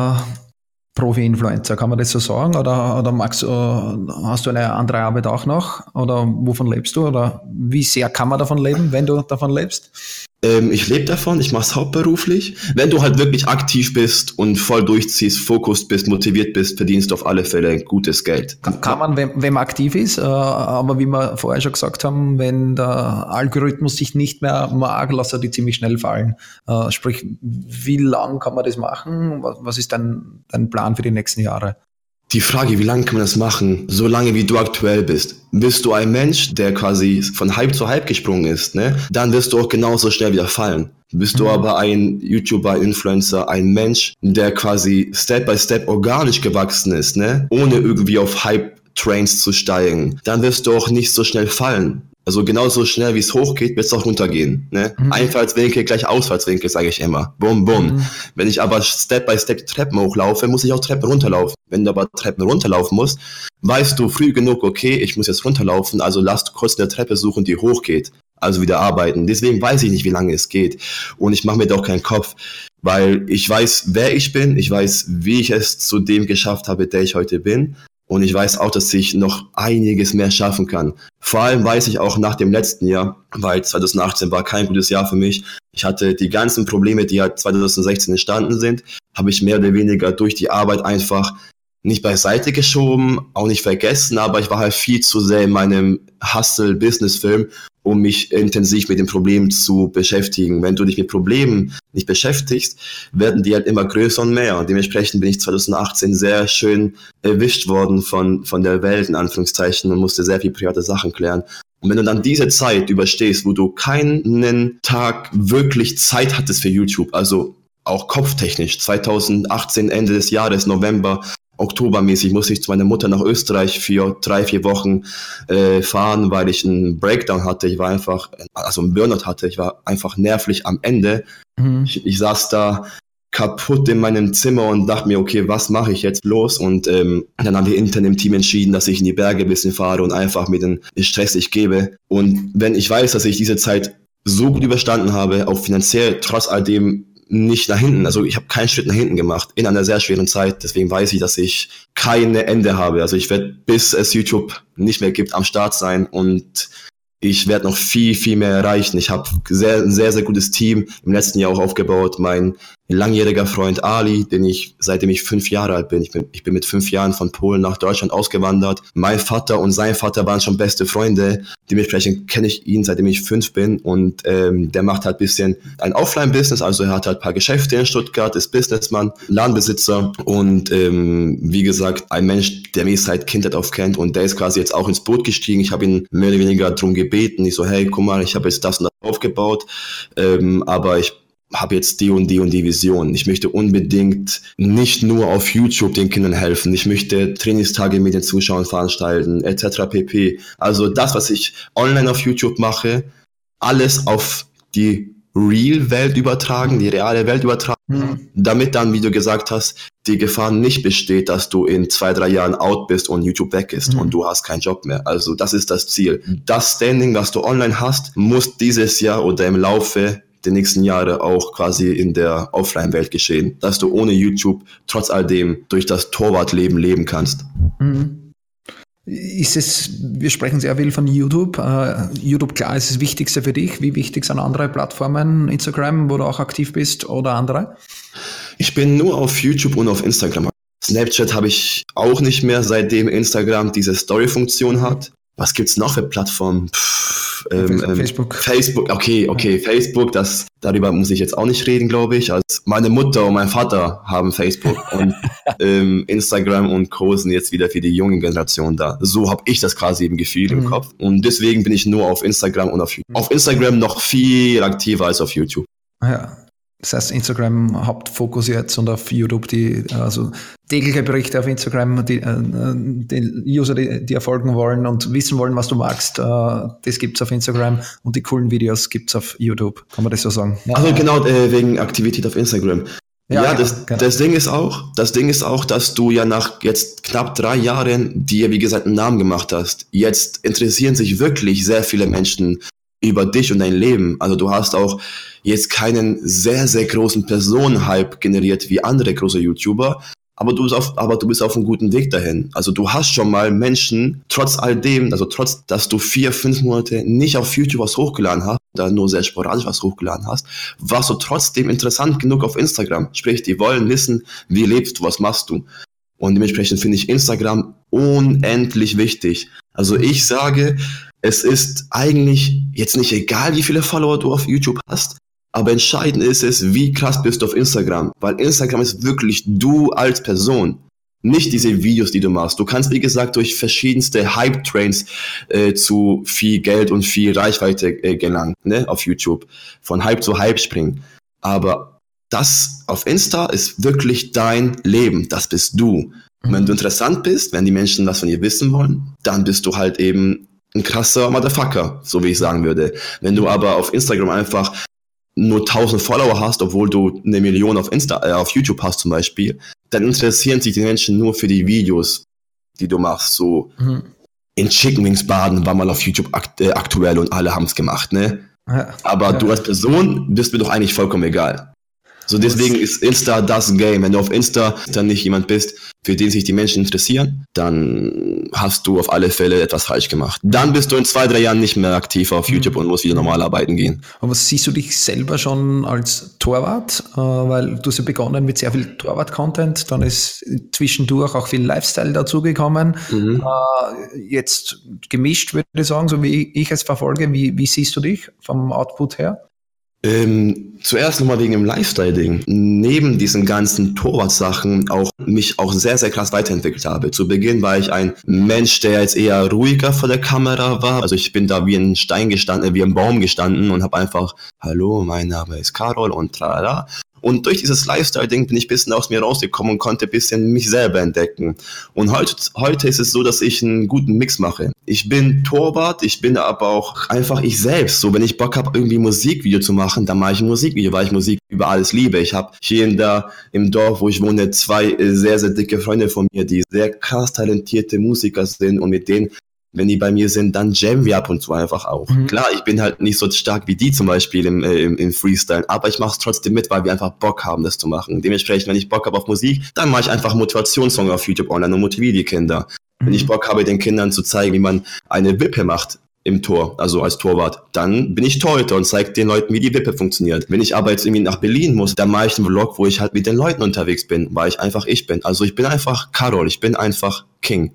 Profi-Influencer, kann man das so sagen? Oder hast du eine andere Arbeit auch noch? Oder wovon lebst du? Oder wie sehr kann man davon leben, wenn du davon lebst? Ich lebe davon, ich mache es hauptberuflich. Wenn du halt wirklich aktiv bist und voll durchziehst, fokussiert bist, motiviert bist, verdienst du auf alle Fälle gutes Geld. Kann man, wenn man aktiv ist, aber wie wir vorher schon gesagt haben, wenn der Algorithmus sich nicht mehr mag, lässt er die ziemlich schnell fallen. Sprich, wie lang kann man das machen? Was ist dein Plan für die nächsten Jahre? Die Frage, wie lange kann man das machen? So lange, wie du aktuell bist. Bist du ein Mensch, der quasi von Hype zu Hype gesprungen ist, ne? Dann wirst du auch genauso schnell wieder fallen. Bist du aber ein YouTuber, Influencer, ein Mensch, der quasi Step by Step organisch gewachsen ist, ne? Ohne irgendwie auf Hype-Trains zu steigen, dann wirst du auch nicht so schnell fallen. Also genauso schnell, wie es hochgeht, wird es auch runtergehen. Ne? Einfallswinkel gleich Ausfallswinkel, sage ich immer. Bum, bum. Wenn ich aber Step by Step Treppen hochlaufe, muss ich auch Treppen runterlaufen. Wenn du aber Treppen runterlaufen musst, weißt du früh genug, okay, ich muss jetzt runterlaufen, also lass kurz eine Treppe suchen, die hochgeht. Also wieder arbeiten. Deswegen weiß ich nicht, wie lange es geht. Und ich mache mir doch keinen Kopf, weil ich weiß, wer ich bin. Ich weiß, wie ich es zu dem geschafft habe, der ich heute bin. Und ich weiß auch, dass ich noch einiges mehr schaffen kann. Vor allem weiß ich auch nach dem letzten Jahr, weil 2018 war kein gutes Jahr für mich. Ich hatte die ganzen Probleme, die ja 2016 entstanden sind, habe ich mehr oder weniger durch die Arbeit einfach nicht beiseite geschoben, auch nicht vergessen, aber ich war halt viel zu sehr in meinem Hustle-Business-Film, um mich intensiv mit den Problemen zu beschäftigen. Wenn du dich mit Problemen nicht beschäftigst, werden die halt immer größer und mehr. Und dementsprechend bin ich 2018 sehr schön erwischt worden von der Welt, in Anführungszeichen, und musste sehr viel private Sachen klären. Und wenn du dann diese Zeit überstehst, wo du keinen Tag wirklich Zeit hattest für YouTube, also auch kopftechnisch, 2018, Ende des Jahres, November, oktobermäßig musste ich zu meiner Mutter nach Österreich für 3-4 Wochen fahren, weil ich einen Breakdown hatte. Ich war einfach, also einen Burnout hatte. Ich war einfach nervlich am Ende. Ich saß da kaputt in meinem Zimmer und dachte mir, okay, was mache ich jetzt los? Und dann haben wir intern im Team entschieden, dass ich in die Berge ein bisschen fahre und einfach mir den Stress nicht gebe. Und wenn ich weiß, dass ich diese Zeit so gut überstanden habe, auch finanziell, trotz all dem nicht nach hinten, also ich habe keinen Schritt nach hinten gemacht in einer sehr schweren Zeit, deswegen weiß ich, dass ich keine Ende habe. Also ich werde, bis es YouTube nicht mehr gibt, am Start sein und ich werde noch viel, viel mehr erreichen. Ich habe ein sehr, sehr gutes Team im letzten Jahr auch aufgebaut. Mein langjähriger Freund Ali, seitdem ich 5 Jahre alt bin. Ich bin mit 5 Jahren von Polen nach Deutschland ausgewandert. Mein Vater und sein Vater waren schon beste Freunde. Dementsprechend kenne ich ihn, seitdem ich 5 bin. Und der macht halt ein bisschen ein Offline-Business. Also er hat halt ein paar Geschäfte in Stuttgart, ist Businessman, Ladenbesitzer und wie gesagt, ein Mensch, der mich seit Kindheit auf kennt. Und der ist quasi jetzt auch ins Boot gestiegen. Ich habe ihn mehr oder weniger darum gebeten. Ich so, hey, guck mal, ich habe jetzt das und das aufgebaut, aber ich habe jetzt die und die Vision. Ich möchte unbedingt nicht nur auf YouTube den Kindern helfen. Ich möchte Trainingstage mit den Zuschauern veranstalten, etc. pp. Also das, was ich online auf YouTube mache, alles auf die Real-Welt übertragen, die reale Welt übertragen. Damit dann, wie du gesagt hast, die Gefahr nicht besteht, dass du in 2-3 Jahren out bist und YouTube weg ist und du hast keinen Job mehr. Also das ist das Ziel. Das Standing, was du online hast, muss dieses Jahr oder im Laufe der nächsten Jahre auch quasi in der Offline-Welt geschehen, dass du ohne YouTube trotz all dem durch das Torwartleben leben kannst. Wir sprechen sehr viel von YouTube. YouTube, klar, ist das Wichtigste für dich. Wie wichtig sind andere Plattformen, Instagram, wo du auch aktiv bist, oder andere? Ich bin nur auf YouTube und auf Instagram. Snapchat habe ich auch nicht mehr, seitdem Instagram diese Story-Funktion hat. Was gibt's noch für Plattformen? Facebook. Facebook, okay, Facebook, darüber muss ich jetzt auch nicht reden, glaube ich. Also meine Mutter und mein Vater haben Facebook und Instagram und Co. sind jetzt wieder für die junge Generation da. So habe ich das quasi im Gefühl im Kopf. Und deswegen bin ich nur auf Instagram und auf YouTube. Auf Instagram noch viel aktiver als auf YouTube. Ja. Das heißt, Instagram Hauptfokus jetzt und auf YouTube also tägliche Berichte auf Instagram, die User, die erfolgen wollen und wissen wollen, was du magst, das gibt's auf Instagram und die coolen Videos gibt's auf YouTube. Kann man das so sagen? Ja. Also genau, wegen Aktivität auf Instagram. Ja, das Ding ist auch, dass du ja nach jetzt knapp 3 Jahren dir, wie gesagt, einen Namen gemacht hast. Jetzt interessieren sich wirklich sehr viele Menschen über dich und dein Leben. Also du hast auch jetzt keinen sehr, sehr großen Personenhype generiert wie andere große YouTuber, aber du bist auf einem guten Weg dahin. Also du hast schon mal Menschen, trotz all dem, also trotz, dass du 4-5 Monate nicht auf YouTube was hochgeladen hast, oder nur sehr sporadisch was hochgeladen hast, warst du trotzdem interessant genug auf Instagram. Sprich, die wollen wissen, wie lebst du, was machst du. Und dementsprechend finde ich Instagram unendlich wichtig. Also ich sage, es ist eigentlich jetzt nicht egal, wie viele Follower du auf YouTube hast, aber entscheidend ist es, wie krass bist du auf Instagram. Weil Instagram ist wirklich du als Person, nicht diese Videos, die du machst. Du kannst, wie gesagt, durch verschiedenste Hype-Trains zu viel Geld und viel Reichweite gelangen, ne, auf YouTube. Von Hype zu Hype springen. Aber das auf Insta ist wirklich dein Leben. Das bist du. Und wenn du interessant bist, wenn die Menschen was von dir wissen wollen, dann bist du halt eben ein krasser Motherfucker, so wie ich sagen würde. Wenn du aber auf Instagram einfach nur 1000 Follower hast, obwohl du 1 Million auf YouTube hast zum Beispiel, dann interessieren sich die Menschen nur für die Videos, die du machst. So in Chicken Wings baden war mal auf YouTube aktuell und alle haben es gemacht, ne? Ja, aber du als Person bist mir doch eigentlich vollkommen egal. So deswegen ist Insta das Game. Wenn du auf Insta dann nicht jemand bist, für den sich die Menschen interessieren, dann hast du auf alle Fälle etwas falsch gemacht. Dann bist du in 2-3 Jahren nicht mehr aktiv auf YouTube und musst wieder normal arbeiten gehen. Aber siehst du dich selber schon als Torwart? Weil du hast ja begonnen mit sehr viel Torwart-Content, dann ist zwischendurch auch viel Lifestyle dazugekommen. Jetzt gemischt, würde ich sagen, so wie ich es verfolge. Wie siehst du dich vom Output her? Zuerst nochmal wegen dem Lifestyle-Ding. Neben diesen ganzen Torwart-Sachen mich auch sehr, sehr krass weiterentwickelt habe. Zu Beginn war ich ein Mensch, der jetzt eher ruhiger vor der Kamera war. Also ich bin da wie ein Stein gestanden, wie ein Baum gestanden und habe einfach, hallo, mein Name ist Karol und tralala. Und durch dieses Lifestyle-Ding bin ich ein bisschen aus mir rausgekommen und konnte ein bisschen mich selber entdecken. Und heute ist es so, dass ich einen guten Mix mache. Ich bin Torwart, ich bin aber auch einfach ich selbst. So, wenn ich Bock habe, irgendwie ein Musikvideo zu machen, dann mache ich ein Musikvideo, weil ich Musik über alles liebe. Ich habe hier im Dorf, wo ich wohne, 2 sehr, sehr dicke Freunde von mir, die sehr krass talentierte Musiker sind und mit denen, wenn die bei mir sind, dann jammen wir ab und zu einfach auch. Klar, ich bin halt nicht so stark wie die zum Beispiel im Freestyle, aber ich mache es trotzdem mit, weil wir einfach Bock haben, das zu machen. Dementsprechend, wenn ich Bock habe auf Musik, dann mache ich einfach einen Motivationssong auf YouTube online und motiviere die Kinder. Wenn ich Bock habe, den Kindern zu zeigen, wie man eine Wippe macht im Tor, also als Torwart, dann bin ich Torhüter und zeige den Leuten, wie die Wippe funktioniert. Wenn ich aber jetzt irgendwie nach Berlin muss, dann mache ich einen Vlog, wo ich halt mit den Leuten unterwegs bin, weil ich einfach ich bin. Also ich bin einfach Karol, ich bin einfach King.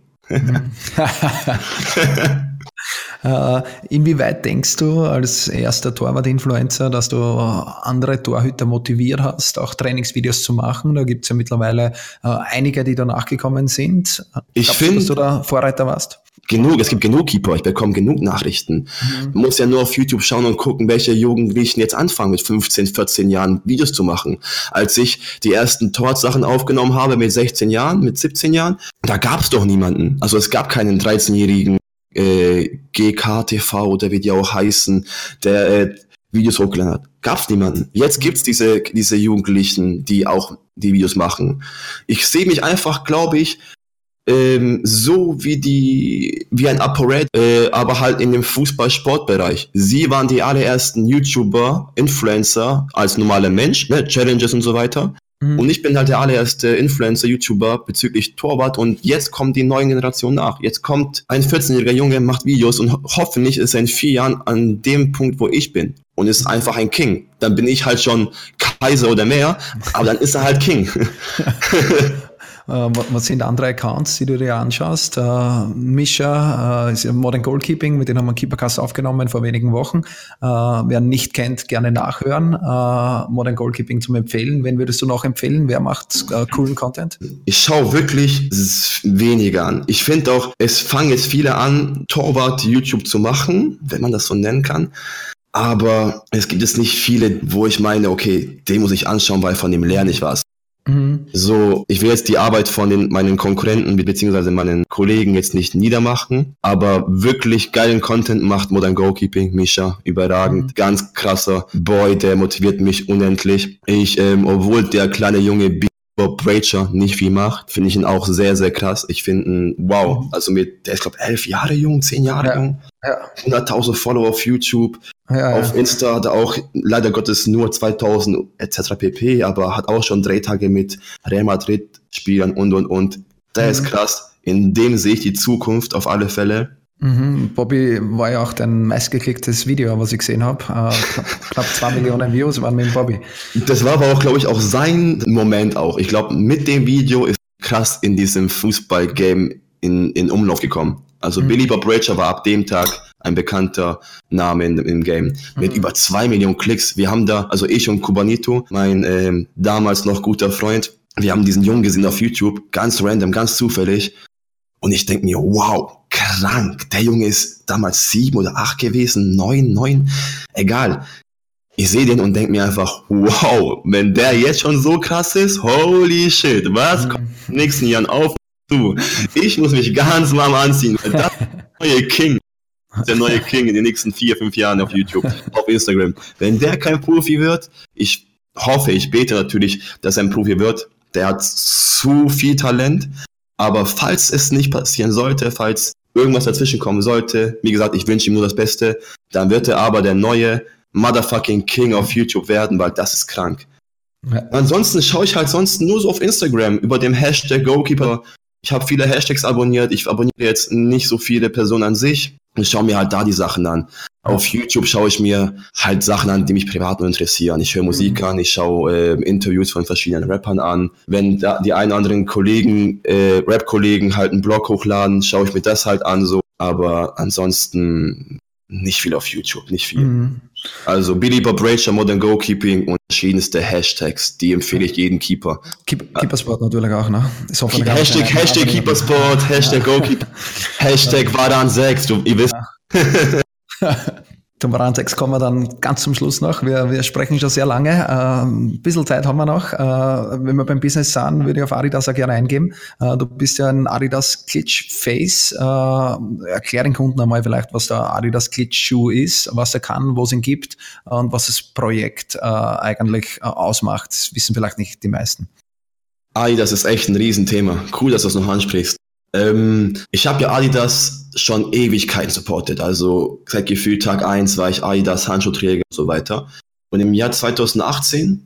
Inwieweit denkst du als erster Torwart-Influencer, dass du andere Torhüter motiviert hast, auch Trainingsvideos zu machen? Da gibt es ja mittlerweile einige, die da nachgekommen sind. Ich finde, dass du da Vorreiter warst? Es gibt genug Keeper, ich bekomme genug Nachrichten. Man muss ja nur auf YouTube schauen und gucken, welche Jugendlichen jetzt anfangen, mit 15, 14 Jahren Videos zu machen. Als ich die ersten Torwartsachen aufgenommen habe mit 16 Jahren, mit 17 Jahren, da gab es doch niemanden. Also es gab keinen 13-jährigen GKTV oder wie die auch heißen, der Videos hochgeladen hat. Gab's niemanden. Jetzt gibt's diese Jugendlichen, die auch die Videos machen. Ich sehe mich einfach, glaube ich, so wie ein ApoRed, aber halt in dem Fußball-Sportbereich. Sie waren die allerersten YouTuber, Influencer als normaler Mensch, ne, Challenges und so weiter. Und ich bin halt der allererste Influencer, YouTuber bezüglich Torwart und jetzt kommt die neue Generation nach. Jetzt kommt ein 14-jähriger Junge, macht Videos und hoffentlich ist er in 4 Jahren an dem Punkt, wo ich bin und ist einfach ein King. Dann bin ich halt schon Kaiser oder mehr, aber dann ist er halt King. Was sind andere Accounts, die du dir anschaust? Mischa ist ja Modern Goalkeeping, mit denen haben wir einen Keepercast aufgenommen vor wenigen Wochen. Wer ihn nicht kennt, gerne nachhören. Modern Goalkeeping zum Empfehlen. Wen würdest du noch empfehlen? Wer macht coolen Content? Ich schaue wirklich weniger an. Ich finde auch, es fangen jetzt viele an, Torwart YouTube zu machen, wenn man das so nennen kann. Aber es gibt jetzt nicht viele, wo ich meine, okay, den muss ich anschauen, weil von dem lerne ich was. So, ich will jetzt die Arbeit von meinen Konkurrenten beziehungsweise meinen Kollegen jetzt nicht niedermachen, aber wirklich geilen Content macht Modern Goalkeeping, Mischa, überragend, ganz krasser Boy, der motiviert mich unendlich. Obwohl der kleine Junge Bob Bracher nicht viel macht, finde ich ihn auch sehr, sehr krass. Ich finde ihn, wow, also der ist glaube 11 Jahre jung, 10 Jahre jung, 100.000 Follower auf YouTube. Auf Insta hat er auch leider Gottes nur 2000 etc. pp, aber hat auch schon Drehtage mit Real Madrid Spielern und. Der ist krass. In dem sehe ich die Zukunft auf alle Fälle. Bobby war ja auch dein meistgeklicktes Video, was ich gesehen habe. Knapp 2 Millionen Views waren mit Bobby. Das war aber auch, glaube ich, auch sein Moment auch. Ich glaube, mit dem Video ist krass in diesem Fußball-Game in Umlauf gekommen. Also Billy Bob Bracher war ab dem Tag ein bekannter Name im Game. Mit über 2 Millionen Klicks. Wir haben da, also ich und Kubanito, mein damals noch guter Freund, wir haben diesen Jungen gesehen auf YouTube, ganz random, ganz zufällig. Und ich denke mir, wow, krank. Der Junge ist damals 7 oder 8 gewesen, 9, egal. Ich sehe den und denke mir einfach, wow, wenn der jetzt schon so krass ist, holy shit, was kommt in den nächsten Jahren auf? Ich muss mich ganz warm anziehen, weil das ist der neue King. Der neue King in den nächsten 4-5 Jahren auf YouTube, auf Instagram. Wenn der kein Profi wird, ich hoffe, ich bete natürlich, dass er ein Profi wird. Der hat zu viel Talent. Aber falls es nicht passieren sollte, falls irgendwas dazwischen kommen sollte, wie gesagt, ich wünsche ihm nur das Beste, dann wird er aber der neue Motherfucking King auf YouTube werden, weil das ist krank. Ja. Ansonsten schaue ich halt sonst nur so auf Instagram über den Hashtag Goalkeeper. Ich habe viele Hashtags abonniert. Ich abonniere jetzt nicht so viele Personen an sich und schaue mir halt da die Sachen an. Auf YouTube schaue ich mir halt Sachen an, die mich privat nur interessieren. Ich höre Musik an, ich schaue Interviews von verschiedenen Rappern an. Wenn da die einen oder anderen Kollegen, Rap-Kollegen halt einen Blog hochladen, schaue ich mir das halt an so. Aber ansonsten nicht viel auf YouTube, nicht viel. Also Billy Bob Bracher, Modern Goalkeeping und verschiedenste Hashtags, die empfehle ich jedem Keeper. Keepersport natürlich auch, ne? Hashtag Keepersport, Hashtag Goalkeeper, Hashtag Varan6, ihr wisst. Zum Varan6 kommen wir dann ganz zum Schluss noch. Wir sprechen schon sehr lange. Ein bisschen Zeit haben wir noch. Wenn wir beim Business sind, würde ich auf Adidas auch gerne eingehen. Du bist ja ein Adidas Glitch Face. Erklär den Kunden einmal vielleicht, was der Adidas Glitch Schuh ist, was er kann, wo es ihn gibt und was das Projekt eigentlich ausmacht. Das wissen vielleicht nicht die meisten. Adidas ist echt ein Riesenthema. Cool, dass du es noch ansprichst. Ich habe ja Adidas schon Ewigkeiten supportet, also seit gefühlt Tag 1 war ich Adidas Handschuhträger und so weiter. Und im Jahr 2017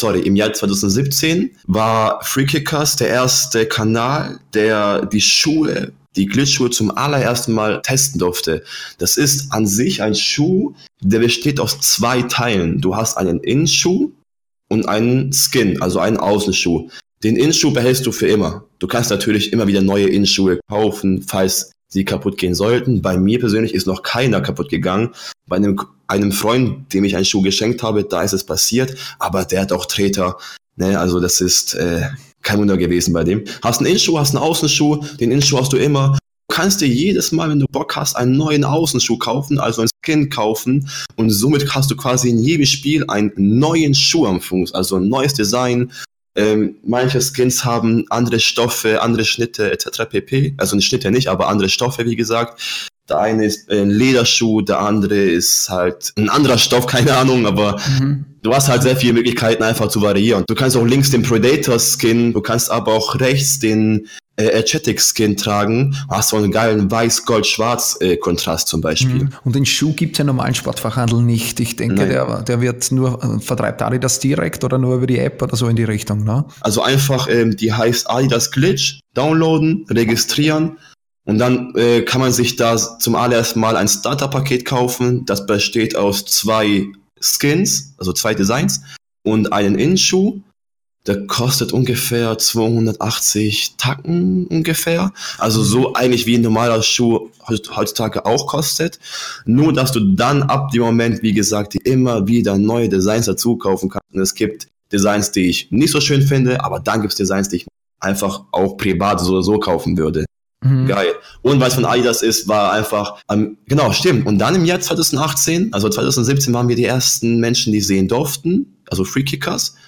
war Freekickers der erste Kanal, der die Glitch-Schuhe zum allerersten Mal testen durfte. Das ist an sich ein Schuh, der besteht aus 2 Teilen. Du hast einen Innenschuh und einen Skin, also einen Außenschuh. Den Innenschuh behältst du für immer. Du kannst natürlich immer wieder neue Innenschuhe kaufen, falls sie kaputt gehen sollten. Bei mir persönlich ist noch keiner kaputt gegangen. Bei einem Freund, dem ich einen Schuh geschenkt habe, da ist es passiert, aber der hat auch Treter. Ne? Also das ist kein Wunder gewesen bei dem. Hast einen Innenschuh, hast einen Außenschuh, den Innenschuh hast du immer. Du kannst dir jedes Mal, wenn du Bock hast, einen neuen Außenschuh kaufen, also einen Skin kaufen und somit hast du quasi in jedem Spiel einen neuen Schuh am Fuß, also ein neues Design. Manche Skins haben andere Stoffe, andere Schnitte etc. pp. Also Schnitte nicht, aber andere Stoffe, wie gesagt. Der eine ist ein Lederschuh, der andere ist halt ein anderer Stoff, keine Ahnung, aber du hast halt sehr viele Möglichkeiten einfach zu variieren. Du kannst auch links den Predator-Skin, du kannst aber auch rechts den Aesthetic-Skin tragen, hast so einen geilen Weiß-Gold-Schwarz-Kontrast zum Beispiel. Und den Schuh gibt's ja im normalen Sportfachhandel nicht. Ich denke, der wird nur, vertreibt Adidas direkt oder nur über die App oder so in die Richtung, ne? Also einfach, die heißt Adidas Glitch, downloaden, registrieren. Und dann kann man sich da zum allerersten Mal ein Starter-Paket kaufen. Das besteht aus 2 Skins, also 2 Designs und einen Innenschuh. Der kostet ungefähr 280 Tacken ungefähr. Also so eigentlich wie ein normaler Schuh heutzutage auch kostet. Nur, dass du dann ab dem Moment, wie gesagt, immer wieder neue Designs dazu kaufen kannst. Und es gibt Designs, die ich nicht so schön finde, aber dann gibt es Designs, die ich einfach auch privat so oder so kaufen würde. Geil. Und weil es von Adidas ist, war einfach, genau, stimmt. Und dann im Jahr 2018, also 2017 waren wir die ersten Menschen, die sehen durften, also Free Kickers.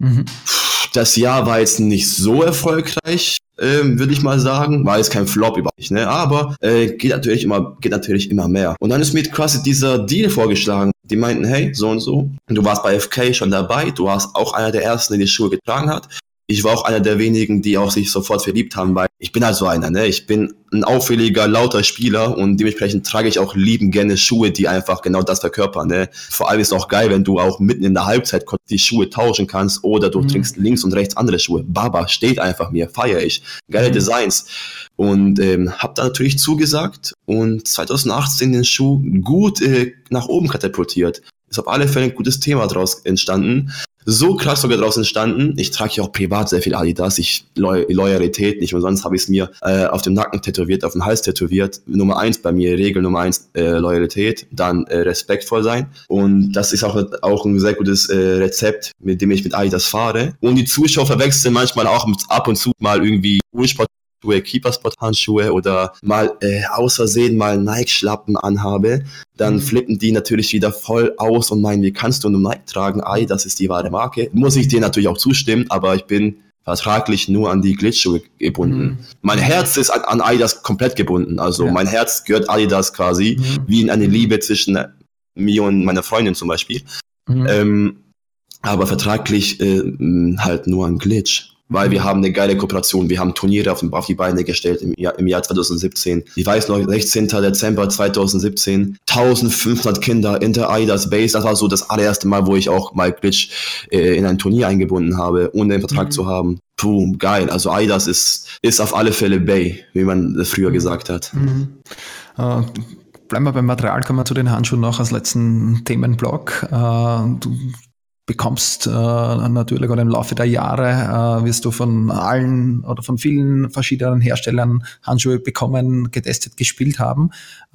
Das Jahr war jetzt nicht so erfolgreich, würde ich mal sagen, war jetzt kein Flop überhaupt nicht, ne? Aber geht natürlich immer mehr. Und dann ist mir quasi dieser Deal vorgeschlagen. Die meinten, hey, so und so, du warst bei FK schon dabei, du warst auch einer der ersten, der die Schuhe getragen hat. Ich war auch einer der wenigen, die auch sich sofort verliebt haben, weil ich bin halt so einer, ne? Ich bin ein auffälliger, lauter Spieler und dementsprechend trage ich auch liebend gerne Schuhe, die einfach genau das verkörpern, ne? Vor allem ist es auch geil, wenn du auch mitten in der Halbzeit die Schuhe tauschen kannst oder du trinkst links und rechts andere Schuhe. Baba, steht einfach mir, feiere ich. Geile Designs. Und hab da natürlich zugesagt und 2018 den Schuh gut nach oben katapultiert. Ist auf alle Fälle ein gutes Thema draus entstanden. So krass sogar draus entstanden. Ich trage ja auch privat sehr viel Adidas. Loyalität, nicht umsonst habe ich es mir auf dem Nacken tätowiert, auf dem Hals tätowiert. Nummer 1 bei mir, Regel Nummer 1, Loyalität, dann respektvoll sein. Und das ist auch ein sehr gutes Rezept, mit dem ich mit Adidas fahre. Und die Zuschauer verwechseln manchmal auch ab und zu mal irgendwie Ursport Keeperspot-Handschuhe oder mal aus Versehen mal Nike-Schlappen anhabe, dann flippen die natürlich wieder voll aus und meinen, wie kannst du nur Nike tragen? Das ist die wahre Marke. Muss ich denen natürlich auch zustimmen, aber ich bin vertraglich nur an die Glitch-Schuhe gebunden. Mein Herz ist an Adidas komplett gebunden. Also mein Herz gehört Adidas quasi, wie in eine Liebe zwischen mir und meiner Freundin zum Beispiel. Aber vertraglich halt nur an Glitch. Weil wir haben eine geile Kooperation, wir haben Turniere auf die Beine gestellt im Jahr 2017. Ich weiß noch, 16. Dezember 2017, 1500 Kinder in der Adidas Base. Das war so das allererste Mal, wo ich auch mal Glitch in ein Turnier eingebunden habe, ohne einen Vertrag zu haben. Puh, geil. Also Adidas ist auf alle Fälle Bay, wie man das früher gesagt hat. Bleiben wir beim Material, kommen wir zu den Handschuhen noch als letzten Themenblock. Du bekommst natürlich oder im Laufe der Jahre wirst du von allen oder von vielen verschiedenen Herstellern Handschuhe bekommen, getestet, gespielt haben.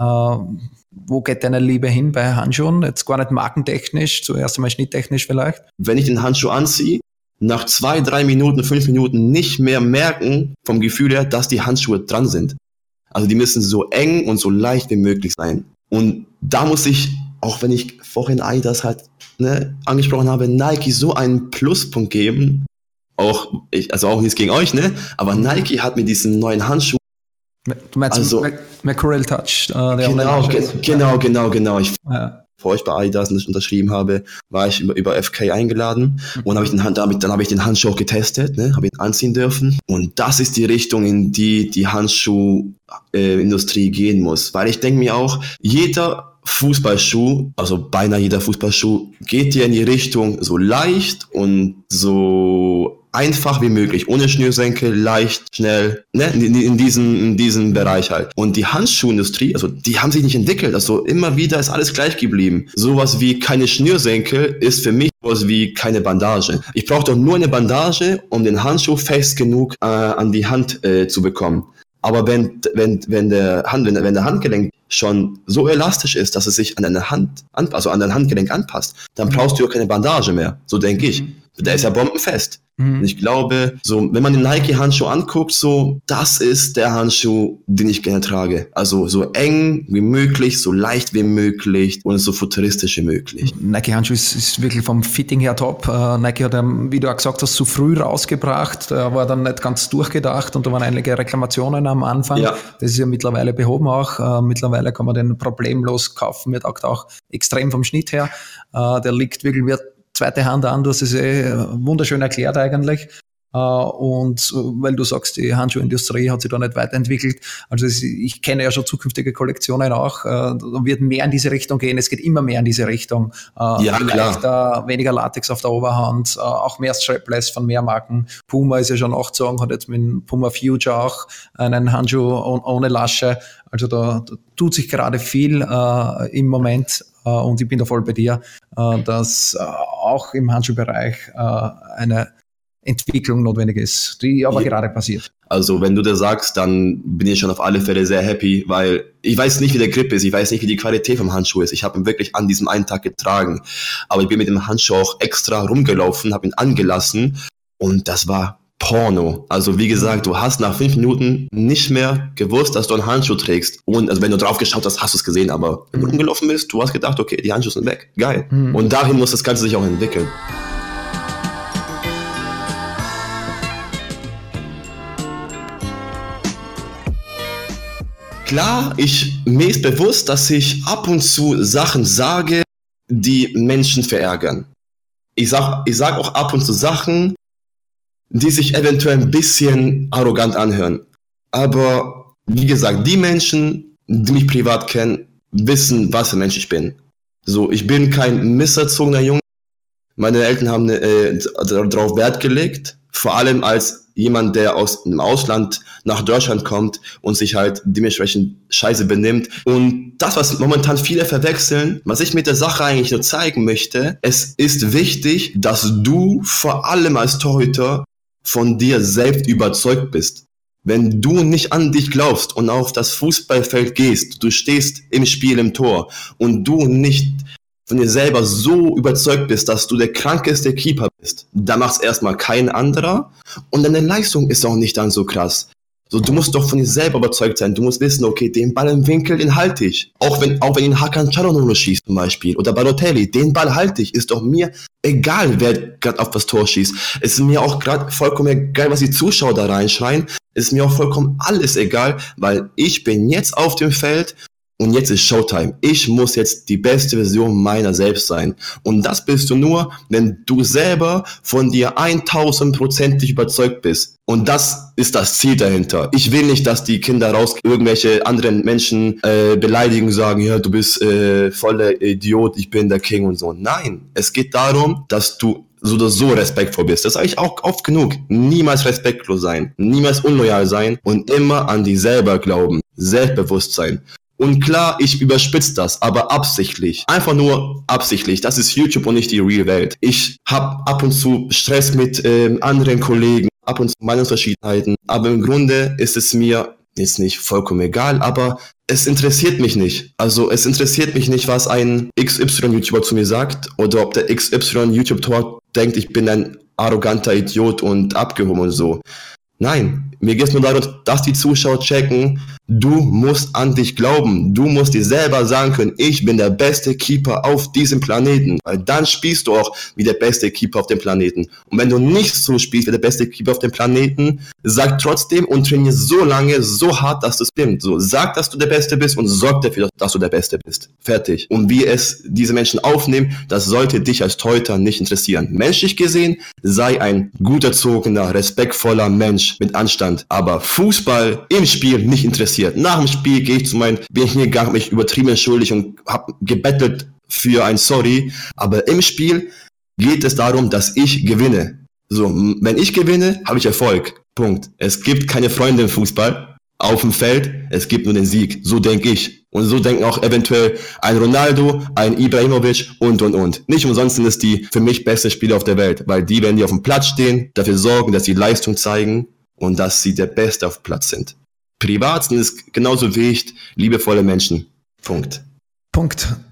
Wo geht deine Liebe hin bei Handschuhen? Jetzt gar nicht markentechnisch, zuerst einmal schnitttechnisch vielleicht. Wenn ich den Handschuh anziehe, nach 2, 3 Minuten, 5 Minuten nicht mehr merken vom Gefühl her, dass die Handschuhe dran sind. Also die müssen so eng und so leicht wie möglich sein. Und da muss ich, auch wenn ich vorhin Adidas halt angesprochen habe, Nike so einen Pluspunkt geben. Also auch nichts gegen euch, ne? Aber Nike hat mir diesen neuen Handschuh. Du meinst also Mercurial Touch? Genau. Bevor ich bei Adidas nicht unterschrieben habe, war ich über FK eingeladen und dann habe ich den Handschuh auch getestet, ne? Habe ihn anziehen dürfen. Und das ist die Richtung, in die Handschuhindustrie gehen muss. Weil ich denke mir auch, jeder Fußballschuh, also beinahe jeder Fußballschuh, geht dir in die Richtung so leicht und so einfach wie möglich, ohne Schnürsenkel, leicht, schnell, ne, in diesem Bereich halt. Und die Handschuhindustrie, also die haben sich nicht entwickelt, also immer wieder ist alles gleich geblieben. Sowas wie keine Schnürsenkel ist für mich sowas wie keine Bandage. Ich brauche doch nur eine Bandage, um den Handschuh fest genug an die Hand zu bekommen. Aber wenn der Handgelenk schon so elastisch ist, dass es sich an deine Hand, also an dein Handgelenk anpasst, dann brauchst du ja keine Bandage mehr. So denke ich. Der ist ja bombenfest. Und ich glaube, so, wenn man den Nike-Handschuh anguckt, so, das ist der Handschuh, den ich gerne trage. Also so eng wie möglich, so leicht wie möglich und so futuristisch wie möglich. Nike-Handschuh ist wirklich vom Fitting her top. Nike hat, wie du auch gesagt hast, zu früh rausgebracht. Der war dann nicht ganz durchgedacht und da waren einige Reklamationen am Anfang. Ja. Das ist ja mittlerweile behoben auch. Mittlerweile kann man den problemlos kaufen. Mir taugt auch extrem vom Schnitt her. Der liegt wirklich wie zweite Hand an, du hast es wunderschön erklärt eigentlich. Und weil du sagst, die Handschuhindustrie hat sich da nicht weiterentwickelt. Also ich kenne ja schon zukünftige Kollektionen auch. Da wird mehr in diese Richtung gehen. Es geht immer mehr in diese Richtung. Ja, klar. Weniger Latex auf der Oberhand, auch mehr Strapless von mehr Marken. Puma ist ja schon nachgezogen, hat jetzt mit Puma Future auch einen Handschuh ohne Lasche. Also da tut sich gerade viel im Moment. Und ich bin da voll bei dir, dass auch im Handschuhbereich eine Entwicklung notwendig ist, die aber gerade passiert. Also wenn du das sagst, dann bin ich schon auf alle Fälle sehr happy, weil ich weiß nicht, wie der Grip ist, ich weiß nicht, wie die Qualität vom Handschuh ist. Ich habe ihn wirklich an diesem einen Tag getragen, aber ich bin mit dem Handschuh auch extra rumgelaufen, habe ihn angelassen und das war Porno. Also wie gesagt, du hast nach 5 Minuten nicht mehr gewusst, dass du einen Handschuh trägst. Und also wenn du drauf geschaut hast, hast du es gesehen, aber wenn du rumgelaufen bist, du hast gedacht, okay, die Handschuhe sind weg. Geil. Und dahin muss das Ganze sich auch entwickeln. Klar, mir ist bewusst, dass ich ab und zu Sachen sage, die Menschen verärgern. Ich sag auch ab und zu Sachen, die sich eventuell ein bisschen arrogant anhören. Aber wie gesagt, die Menschen, die mich privat kennen, wissen, was für ein Mensch ich bin. So, ich bin kein misserzogener Junge. Meine Eltern haben darauf Wert gelegt, vor allem als jemand, der aus dem Ausland nach Deutschland kommt und sich halt dementsprechend scheiße benimmt. Und das, was momentan viele verwechseln, was ich mit der Sache eigentlich nur zeigen möchte, es ist wichtig, dass du vor allem als Torhüter von dir selbst überzeugt bist. Wenn du nicht an dich glaubst und auf das Fußballfeld gehst, du stehst im Spiel im Tor und du nicht von dir selber so überzeugt bist, dass du der krankeste Keeper bist, dann macht's erstmal kein anderer und deine Leistung ist auch nicht dann so krass. So, du musst doch von dir selber überzeugt sein. Du musst wissen, okay, den Ball im Winkel, den halte ich. Auch wenn ihn Hakan Çalhanoğlu schießt zum Beispiel oder Balotelli, den Ball halte ich. Ist doch mir egal, wer gerade auf das Tor schießt. Es ist mir auch gerade vollkommen egal, was die Zuschauer da reinschreien. Es ist mir auch vollkommen alles egal, weil ich bin jetzt auf dem Feld und jetzt ist Showtime. Ich muss jetzt die beste Version meiner selbst sein. Und das bist du nur, wenn du selber von dir 1000% überzeugt bist. Und das ist das Ziel dahinter. Ich will nicht, dass die Kinder irgendwelche anderen Menschen beleidigen, sagen, ja, du bist voller Idiot, ich bin der King und so. Nein, es geht darum, dass du so oder so respektvoll bist. Das sage ich auch oft genug. Niemals respektlos sein, niemals unloyal sein und immer an dich selber glauben. Selbstbewusstsein. Und klar, ich überspitze das, aber absichtlich. Einfach nur absichtlich. Das ist YouTube und nicht die Real Welt. Ich habe ab und zu Stress mit anderen Kollegen, ab und zu Meinungsverschiedenheiten. Aber im Grunde ist es mir jetzt nicht vollkommen egal, aber es interessiert mich nicht. Also es interessiert mich nicht, was ein XY-YouTuber zu mir sagt oder ob der XY-YouTube-Tor denkt, ich bin ein arroganter Idiot und abgehoben und so. Nein, mir geht es nur darum, dass die Zuschauer checken, du musst an dich glauben. Du musst dir selber sagen können, ich bin der beste Keeper auf diesem Planeten. Weil dann spielst du auch wie der beste Keeper auf dem Planeten. Und wenn du nicht so spielst wie der beste Keeper auf dem Planeten, sag trotzdem und trainier so lange, so hart, dass es stimmt. So, sag, dass du der Beste bist und sorg dafür, dass du der Beste bist. Fertig. Und wie es diese Menschen aufnehmen, das sollte dich als Torhüter nicht interessieren. Menschlich gesehen, sei ein gut erzogener, respektvoller Mensch mit Anstand. Aber Fußball im Spiel nicht interessiert. Nach dem Spiel bin ich hingegangen, mich übertrieben entschuldigt und hab gebettelt für ein Sorry. Aber im Spiel geht es darum, dass ich gewinne. So, wenn ich gewinne, habe ich Erfolg. Punkt. Es gibt keine Freunde im Fußball auf dem Feld, es gibt nur den Sieg. So denke ich. Und so denken auch eventuell ein Ronaldo, ein Ibrahimovic und. Nicht umsonst sind es die für mich besten Spieler auf der Welt, weil die, wenn die auf dem Platz stehen, dafür sorgen, dass sie Leistung zeigen und dass sie der Beste auf dem Platz sind. Privat sind es genauso wie ich liebevolle Menschen. Punkt.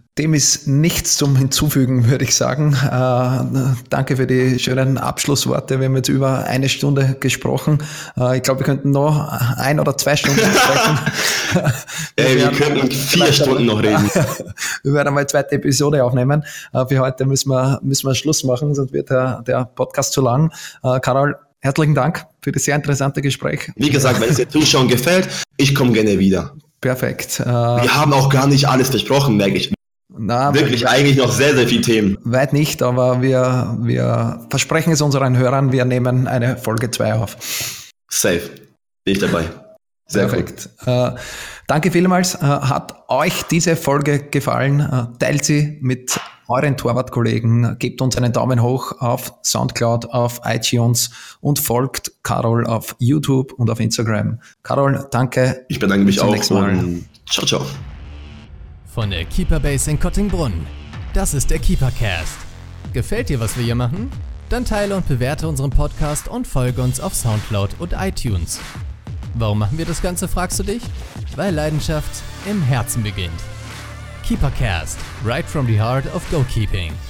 Dem ist nichts zum Hinzufügen, würde ich sagen. Danke für die schönen Abschlussworte. Wir haben jetzt über 1 Stunde gesprochen. Ich glaube, wir könnten noch 1 oder 2 Stunden sprechen. Wir könnten 4 Stunden noch reden. Wir werden einmal eine zweite Episode aufnehmen. Für heute müssen wir Schluss machen, sonst wird der Podcast zu lang. Karol, herzlichen Dank für das sehr interessante Gespräch. Wie gesagt, wenn es den Zuschauern gefällt, ich komme gerne wieder. Perfekt. Wir haben auch gar nicht alles besprochen, merke ich. Wirklich eigentlich noch sehr, sehr viele Themen. Weit nicht, aber wir versprechen es unseren Hörern, wir nehmen eine Folge 2 auf. Safe. Bin ich dabei. Sehr perfekt. Danke vielmals. Hat euch diese Folge gefallen? Teilt sie mit euren Torwartkollegen. Gebt uns einen Daumen hoch auf Soundcloud, auf iTunes und folgt Karol auf YouTube und auf Instagram. Karol, danke. Ich bedanke mich auch. Und ciao, ciao. Von der Keeper Base in Kottingbrunn. Das ist der KeeperCast. Gefällt dir, was wir hier machen? Dann teile und bewerte unseren Podcast und folge uns auf Soundcloud und iTunes. Warum machen wir das Ganze, fragst du dich? Weil Leidenschaft im Herzen beginnt. KeeperCast, right from the heart of goalkeeping.